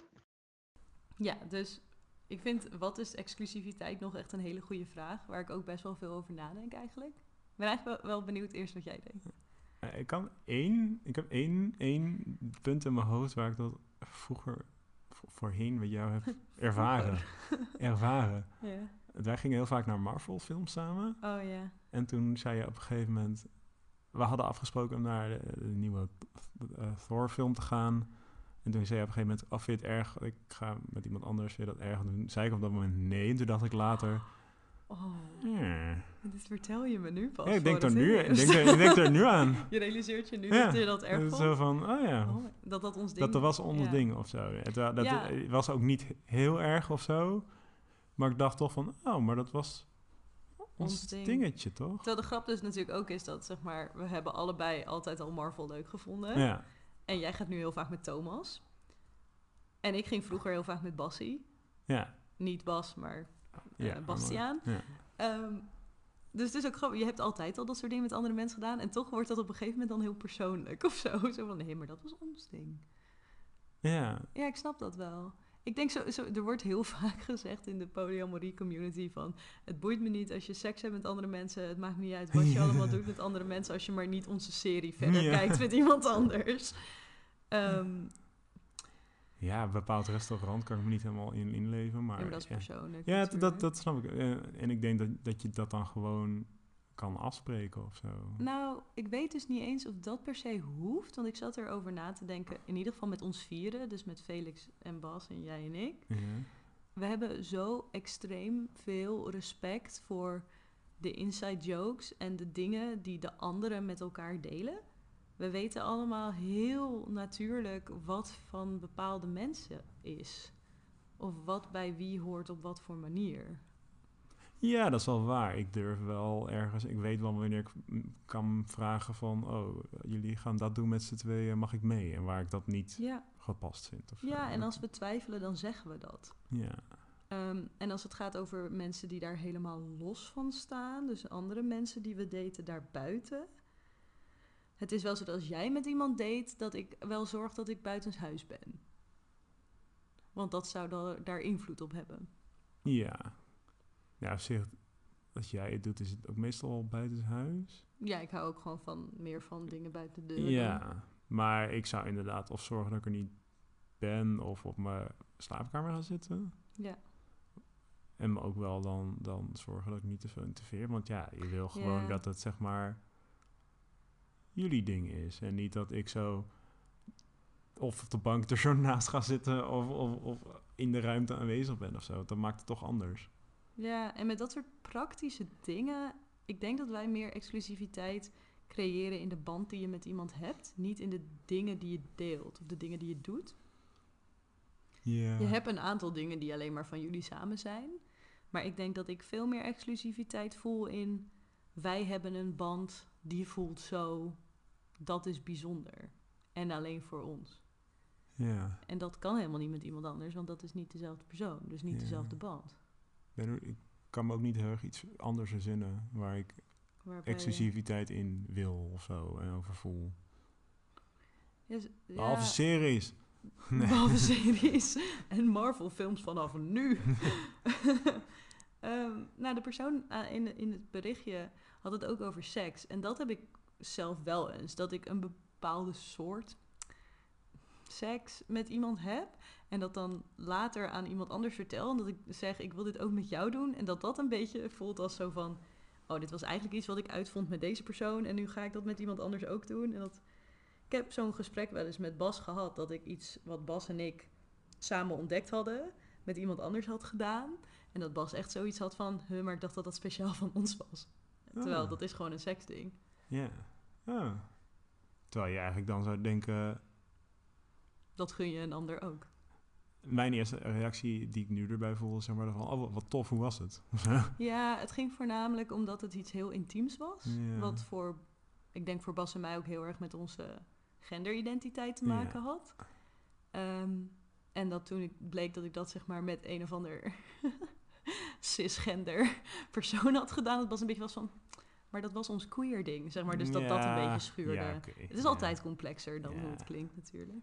Ja, dus ik vind, wat is exclusiviteit, nog echt een hele goede vraag. Waar ik ook best wel veel over nadenk eigenlijk. Ik ben eigenlijk wel, wel benieuwd eerst wat jij denkt. Uh, ik kan één, ik heb één, één punt in mijn hoofd waar ik dat vroeger vo- voorheen met jou heb ervaren. ervaren. Ja. Wij gingen heel vaak naar Marvel films samen. Oh ja. En toen zei je op een gegeven moment, we hadden afgesproken om naar de, de nieuwe uh, Thor film te gaan. En toen zei je op een gegeven moment, oh, vind je het erg? Ik ga met iemand anders, vind je dat erg? En toen zei ik op dat moment nee. En toen dacht ik later, oh, yeah. dit vertel je me nu pas. Ja, ik denk, er het nu, is. ik, denk er, ik denk er nu aan. Je realiseert je nu Ja, dat je dat erg het is vond? zo van, oh ja, Oh, dat dat ons ding... dat, dat was ons ja. ding of zo. Het, wa- dat Ja. het was ook niet heel erg of zo. Maar ik dacht toch van, oh, maar dat was ons, Ons ding. dingetje, toch? Terwijl de grap dus natuurlijk ook is dat, zeg maar, we hebben allebei altijd al Marvel leuk gevonden. Ja. En jij gaat nu heel vaak met Thomas. En ik ging vroeger heel vaak met Bassie. Ja. Niet Bas, maar uh, Ja, Bastiaan. Ja. Um, dus het is ook grappig. Je hebt altijd al dat soort dingen met andere mensen gedaan. En toch wordt dat op een gegeven moment dan heel persoonlijk of zo. Zo van, nee, maar dat was ons ding. Ja. Ja, ik snap dat wel. Ik denk zo, zo, er wordt heel vaak gezegd in de polyamorie community van, het boeit me niet als je seks hebt met andere mensen. Het maakt me niet uit wat je Ja. allemaal doet met andere mensen als je maar niet onze serie verder Ja. kijkt met iemand anders. Um, Ja, een bepaald restaurant kan ik me niet helemaal in inleven. Maar, ja, maar dat is ja. persoonlijk. Ja, natuurlijk. dat, dat snap ik. Uh, en ik denk dat, dat je dat dan gewoon kan afspreken of zo. Nou, ik weet dus niet eens of dat per se hoeft. Want ik zat erover na te denken, in ieder geval met ons vieren. Dus met Felix en Bas en jij en ik. Ja. We hebben zo extreem veel respect voor de inside jokes en de dingen die de anderen met elkaar delen. We weten allemaal heel natuurlijk wat van bepaalde mensen is. Of wat bij wie hoort op wat voor manier. Ja, dat is wel waar. Ik durf wel ergens... Ik weet wel wanneer ik kan vragen van... Oh, jullie gaan dat doen met z'n tweeën, mag ik mee? En waar ik dat niet ja. gepast vind. Of ja, zo. en als we twijfelen, dan zeggen we dat. Ja. Um, en als het gaat over mensen die daar helemaal los van staan... dus andere mensen die we daten daarbuiten... Het is wel zo dat als jij met iemand date... dat ik wel zorg dat ik buitenshuis ben. Want dat zou da- daar invloed op hebben. Ja. Ja, op zich, als jij het doet, is het ook meestal al buitenshuis. Ja, ik hou ook gewoon van meer van dingen buiten de deur. Ja, dan. maar ik zou inderdaad of zorgen dat ik er niet ben... of op mijn slaapkamer gaan zitten. Ja. En me ook wel dan, dan zorgen dat ik niet te veel interfereer. Want ja, je wil gewoon Ja. dat het zeg maar jullie ding is. En niet dat ik zo of op de bank er zo naast ga zitten... of, of, of in de ruimte aanwezig ben of zo. Dat maakt het toch anders. Ja, en met dat soort praktische dingen... Ik denk dat wij meer exclusiviteit creëren in de band die je met iemand hebt. Niet in de dingen die je deelt of de dingen die je doet. Ja. Je hebt een aantal dingen die alleen maar van jullie samen zijn. Maar ik denk dat ik veel meer exclusiviteit voel in... wij hebben een band, die voelt zo, dat is bijzonder. En alleen voor ons. Ja. En dat kan helemaal niet met iemand anders, want dat is niet dezelfde persoon. Dus niet Ja. dezelfde band. Ben er- ik kan me ook niet heel erg iets anders verzinnen... waar ik Waarbij je- exclusiviteit in wil of zo en over voel. Ja, z- ja, Behalve series. Nee. behalve series en Marvel films vanaf nu. um, nou, de persoon uh, in, in het berichtje had het ook over seks. En dat heb ik zelf wel eens. Dat ik een bepaalde soort seks met iemand heb. En dat dan later aan iemand anders vertel. En dat ik zeg, ik wil dit ook met jou doen. En dat dat een beetje voelt als zo van... oh, dit was eigenlijk iets wat ik uitvond met deze persoon. En nu ga ik dat met iemand anders ook doen. En dat... Ik heb zo'n gesprek wel eens met Bas gehad. Dat ik iets wat Bas en ik samen ontdekt hadden... met iemand anders had gedaan. En dat Bas echt zoiets had van... huh, maar ik dacht dat dat speciaal van ons was. Terwijl, Oh. dat is gewoon een seksding. Ja. Oh. Terwijl je eigenlijk dan zou denken... Dat gun je een ander ook. Mijn eerste reactie die ik nu erbij voel... is zeg maar van, oh, wat tof, hoe was het? Ja, het ging voornamelijk omdat het iets heel intiems was. Ja. Wat voor, ik denk voor Bas en mij ook heel erg met onze genderidentiteit te maken Ja. had. Um, en dat toen ik bleek dat ik dat zeg maar met een of ander cisgender persoon had gedaan... dat was een beetje was van... maar dat was ons queer ding, zeg maar. Dus dat dat een Ja. beetje schuurde. Ja, okay. Het is Ja. altijd complexer dan Ja. hoe het klinkt natuurlijk.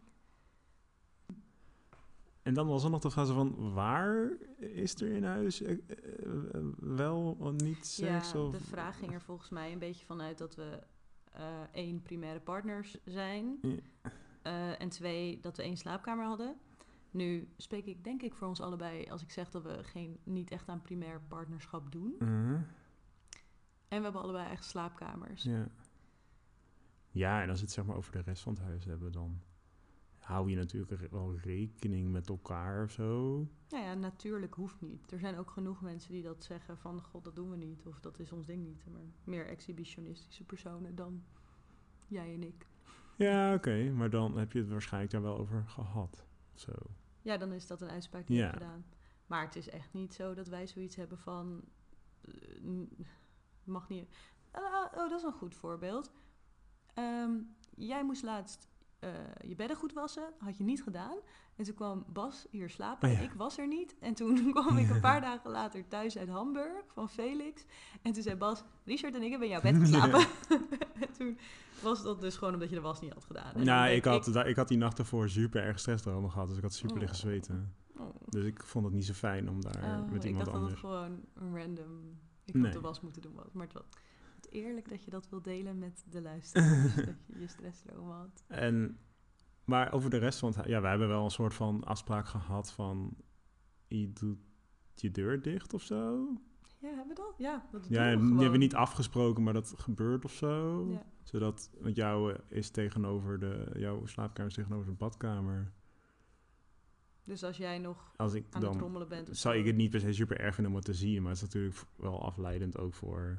En dan was er nog de vraag van... waar is er in huis eh, eh, wel of niet seks? Ja, of... de vraag ging er volgens mij een beetje vanuit dat we uh, één primaire partners zijn. Ja. Uh, en twee, dat we één slaapkamer hadden. Nu spreek ik denk ik voor ons allebei als ik zeg dat we geen, niet echt aan primair partnerschap doen. Uh-huh. En we hebben allebei eigen slaapkamers. Ja. Ja, en als we het zeg maar over de rest van het huis hebben... dan hou je natuurlijk wel rekening met elkaar of zo. Nou ja, natuurlijk hoeft niet. Er zijn ook genoeg mensen die dat zeggen van... god, dat doen we niet. Of dat is ons ding niet. Maar meer exhibitionistische personen dan jij en ik. Ja, oké. Okay, maar dan heb je het waarschijnlijk daar wel over gehad. Zo. Ja, dan is dat een uitspraak die ja. je hebt gedaan. Maar het is echt niet zo dat wij zoiets hebben van... Uh, mag niet... Uh, oh, dat is een goed voorbeeld. Um, jij moest laatst uh, je bedden goed wassen. Had je niet gedaan. En toen kwam Bas hier slapen. Oh, ja. Ik was er niet. En toen kwam ik een paar dagen later thuis uit Hamburg van Felix. En toen zei Bas... Richard en ik hebben in jouw bed geslapen. En toen was dat dus gewoon omdat je de was niet had gedaan. En nou, ik had, ik... ik had die nacht ervoor super erg stress erover gehad. Dus ik had super oh. liggen zweten. Oh. Dus ik vond het niet zo fijn om daar oh, met iemand ik dacht anders... dat het gewoon een random... Ik nee. had de was moeten doen was. Maar het was het eerlijk dat je dat wil delen met de luisteraars. Dat je je stressloom had. En... Maar over de rest van het... Ja, we hebben wel een soort van afspraak gehad van... je doet je deur dicht of zo. Ja, hebben we dat? Ja, dat ja, doen we die gewoon. hebben we niet afgesproken, maar dat gebeurt of zo. Ja. Zodat... Want jouw is tegenover de... Jouw slaapkamer is tegenover de badkamer. Dus als jij nog als ik aan dan, het rommelen bent... of zou zo. ik het niet per se super erg vinden om het te zien. Maar het is natuurlijk wel afleidend ook voor...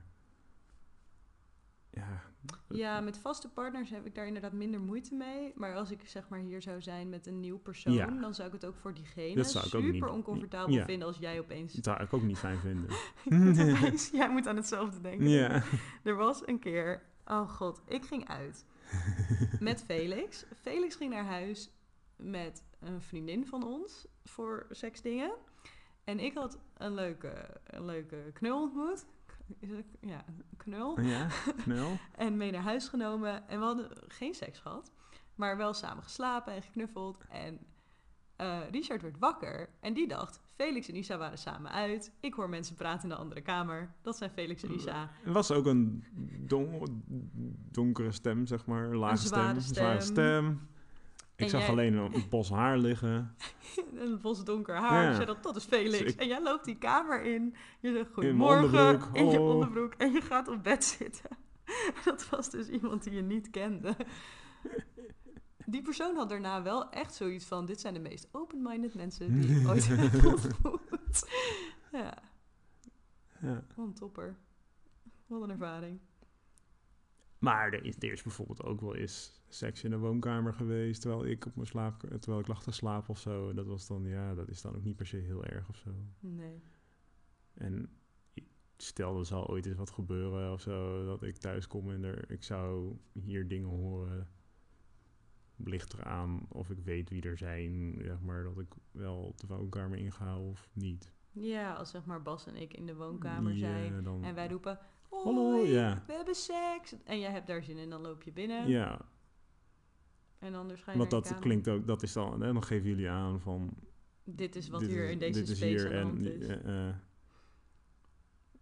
Ja, ja, met vaste partners heb ik daar inderdaad minder moeite mee. Maar als ik zeg maar hier zou zijn met een nieuw persoon... Ja. dan zou ik het ook voor diegene Dat zou ik ook super niet- oncomfortabel ja. vinden... als jij opeens... dat zou ik ook niet fijn vinden. ik moet opeens jij moet aan hetzelfde denken. Ja. Er was een keer... Oh god, ik ging uit met Felix. Felix ging naar huis met een vriendin van ons voor seksdingen. En ik had een leuke, een leuke knul ontmoet. Is het, ja, een knul. Ja, snel. En mee naar huis genomen. En we hadden geen seks gehad. Maar wel samen geslapen en geknuffeld. En uh, Richard werd wakker. En die dacht, Felix en Isa waren samen uit. Ik hoor mensen praten in de andere kamer. Dat zijn Felix en Isa. Er was ook een don- donkere stem, zeg maar. Een lage zware stem. Zware stem. stem. Ik En zag jij- alleen een bos haar liggen. Een bos donker haar. Ja. Ik zei dat, dat is Felix. Dus ik- En jij loopt die kamer in. Je zegt mijn goedemorgen. onderbroek. In je Oh. onderbroek. En je gaat op bed zitten. Dat was dus iemand die je niet kende. Die persoon had daarna wel echt zoiets van... dit zijn de meest open-minded mensen die ik ooit heb ontmoet. Ja, Ja. wat een topper. Wat een ervaring. Maar er is, er is bijvoorbeeld ook wel eens seks in de woonkamer geweest... terwijl ik op mijn slaap, terwijl ik lag te slapen of zo. En dat was dan, ja, dat is dan ook niet per se heel erg of zo. Nee. En stel, er zal ooit eens wat gebeuren of zo... dat ik thuis kom en er, ik zou hier dingen horen... ligt eraan of ik weet wie er zijn... zeg maar, dat ik wel de woonkamer inga of niet. Ja, als zeg maar Bas en ik in de woonkamer Ja, zijn... dan- en wij roepen... Hoi, Hallo, ja. we hebben seks. En jij hebt daar zin in, dan loop je binnen. Ja, En anders ga je want naar je dat kamer. klinkt ook... dat is dan... hè, dan geven jullie aan van... Dit is wat dit hier is- in deze dit is space hier aan de en, hand is. eh, eh,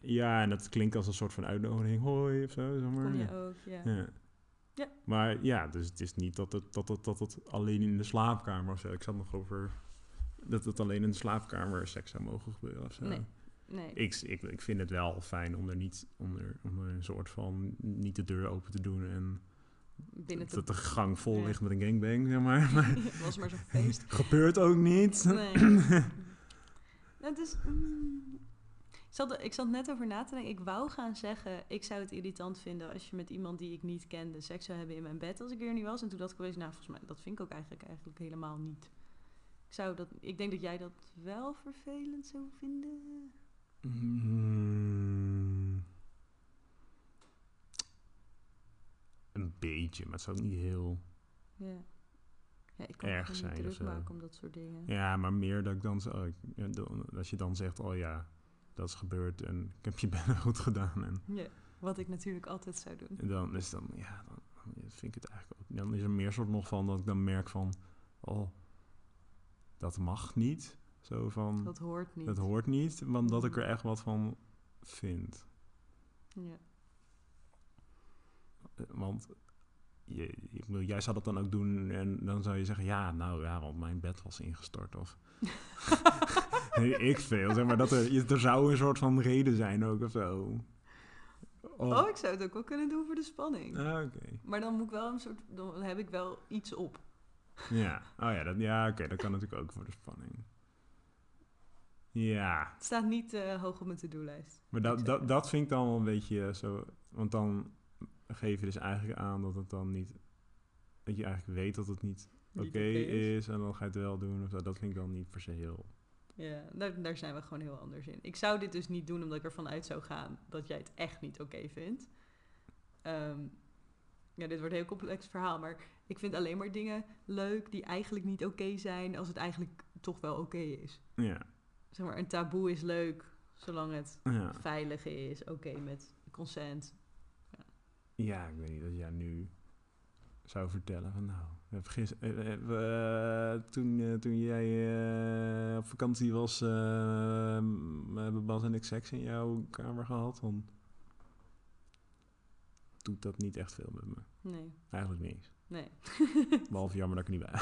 Ja, en dat klinkt als een soort van uitnodiging. Hoi, of zo, zeg maar. Kon je Ja. ook, ja. Ja. Ja. Maar ja, dus het is niet dat het, dat, het, dat het alleen in de slaapkamer of zo. Ik zat nog over dat het alleen in de slaapkamer seks zou mogen gebeuren of zo. Nee. Nee. Ik, ik, ik vind het wel fijn om er niet om er, om er een soort van niet de deur open te doen en Binnen te... dat de gang vol Ja. ligt met een gangbang, zeg maar. maar Het was maar zo'n feest. gebeurt ook niet. Nee. Het is... Mm, ik, zat, ik zat net over na te denken. Ik wou gaan zeggen, ik zou het irritant vinden als je met iemand die ik niet kende seks zou hebben in mijn bed als ik er niet was. En toen dacht ik geweest, nou volgens mij, dat vind ik ook eigenlijk, eigenlijk helemaal niet. Ik, zou dat, ik denk dat jij dat wel vervelend zou vinden. Mm, een beetje, maar het zou ook niet heel Ja. Ja, ik kan erg me zijn niet of druk zo. maken om dat soort dingen. Ja, maar meer dat ik dan zo, oh, ik- ja, dan- als je dan zegt, oh ja, dat is gebeurd en ik heb je bijna goed gedaan. En, Ja, wat ik natuurlijk altijd zou doen. en dan is dan, ja, dan vind ik het eigenlijk ook. Dan is er meer soort nog van dat ik dan merk van, oh, dat mag niet. Zo van, Dat hoort niet. dat hoort niet, want dat ik er echt wat van vind. Ja. Eh, Want je, ik bedoel, jij zou dat dan ook doen en dan zou je zeggen, ja, nou ja, want mijn bed was ingestort of nee, ik veel, zeg maar, dat er, er zou een soort van reden zijn ook of zo. Oh. oh, ik zou het ook wel kunnen doen voor de spanning. Ah, oké. Okay. Maar dan moet ik wel een soort, dan heb ik wel iets op. Ja, oh ja, dat, ja, oké, okay, dat kan natuurlijk ook voor de spanning. Ja. Het staat niet uh, hoog op mijn to-do-lijst. Maar dat, dat, dat vind ik dan wel een beetje zo, want dan geef je dus eigenlijk aan dat het dan niet, dat je eigenlijk weet dat het niet, niet oké okay is. is en dan ga je het wel doen of zo. Dat vind ik dan niet per se heel... Ja, daar, daar zijn we gewoon heel anders in. Ik zou dit dus niet doen omdat ik ervan uit zou gaan dat jij het echt niet oké okay vindt. Um, ja, dit wordt een heel complex verhaal, maar ik vind alleen maar dingen leuk die eigenlijk niet oké okay zijn als het eigenlijk toch wel oké okay is. Ja. Zeg maar, een taboe is leuk zolang het ja. veilig is, oké okay, met consent. Ja. ja, ik weet niet dat jij nu zou vertellen van nou, we hebben gis- uh, uh, toen, uh, toen jij uh, op vakantie was, uh, hebben Bas en ik seks in jouw kamer gehad, dan doet dat niet echt veel met me. Nee. Eigenlijk niks. Nee. Behalve jammer dat ik er niet bij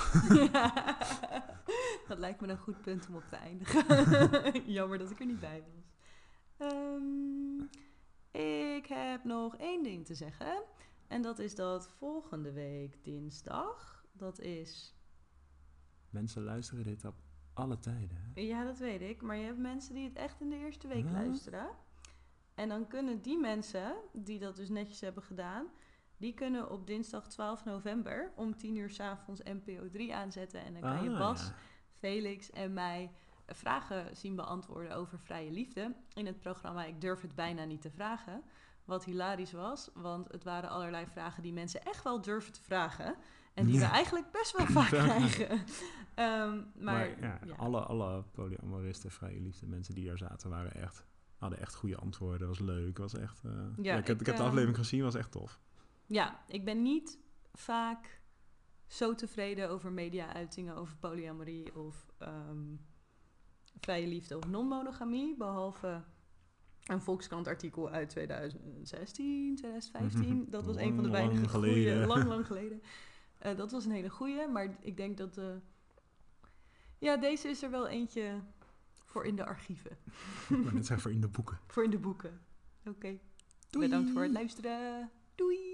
Dat lijkt me een goed punt om op te eindigen. Jammer dat ik er niet bij was. Um, ik heb nog één ding te zeggen. En dat is dat volgende week dinsdag, dat is... Mensen luisteren dit op alle tijden. Hè? Ja, dat weet ik. Maar je hebt mensen die het echt in de eerste week huh? luisteren. En dan kunnen die mensen, die dat dus netjes hebben gedaan... die kunnen op dinsdag twaalf november om tien uur 's avonds N P O drie aanzetten. En dan kan ah, je Bas, ja. Felix en mij vragen zien beantwoorden over vrije liefde. In het programma Ik Durf Het Bijna Niet Te Vragen. Wat hilarisch was, want het waren allerlei vragen die mensen echt wel durven te vragen. En die ja. we eigenlijk best wel vaak krijgen. um, maar, maar ja, ja. Alle, alle polyamoristen, vrije liefde, mensen die daar zaten, waren echt, hadden echt goede antwoorden. Was leuk, was echt... Uh, ja, ja, ik, heb, ik, ik heb de aflevering uh, gezien, was echt tof. Ja, ik ben niet vaak zo tevreden over media-uitingen over polyamorie of um, vrije liefde of non-monogamie, behalve een Volkskrant-artikel uit twintig zestien, twintig vijftien. Dat was lang, een van de weinige goede, lang, lang geleden. Uh, dat was een hele goeie, maar ik denk dat... Uh, ja, deze is er wel eentje voor in de archieven. Maar net zijn voor in de boeken. Voor in de boeken. Oké. Okay. Bedankt voor het luisteren. Doei!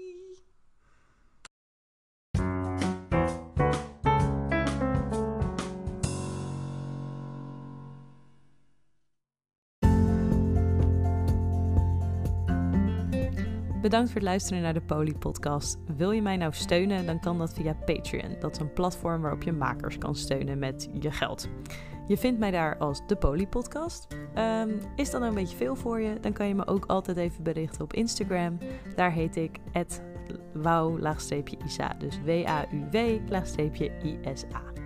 Bedankt voor het luisteren naar de Poly Podcast. Wil je mij nou steunen, dan kan dat via Patreon. Dat is een platform waarop je makers kan steunen met je geld. Je vindt mij daar als de Poly Podcast. Um, is dat nou een beetje veel voor je? Dan kan je me ook altijd even berichten op Instagram. Daar heet ik at wauw-isa. Dus W A U W-I S A.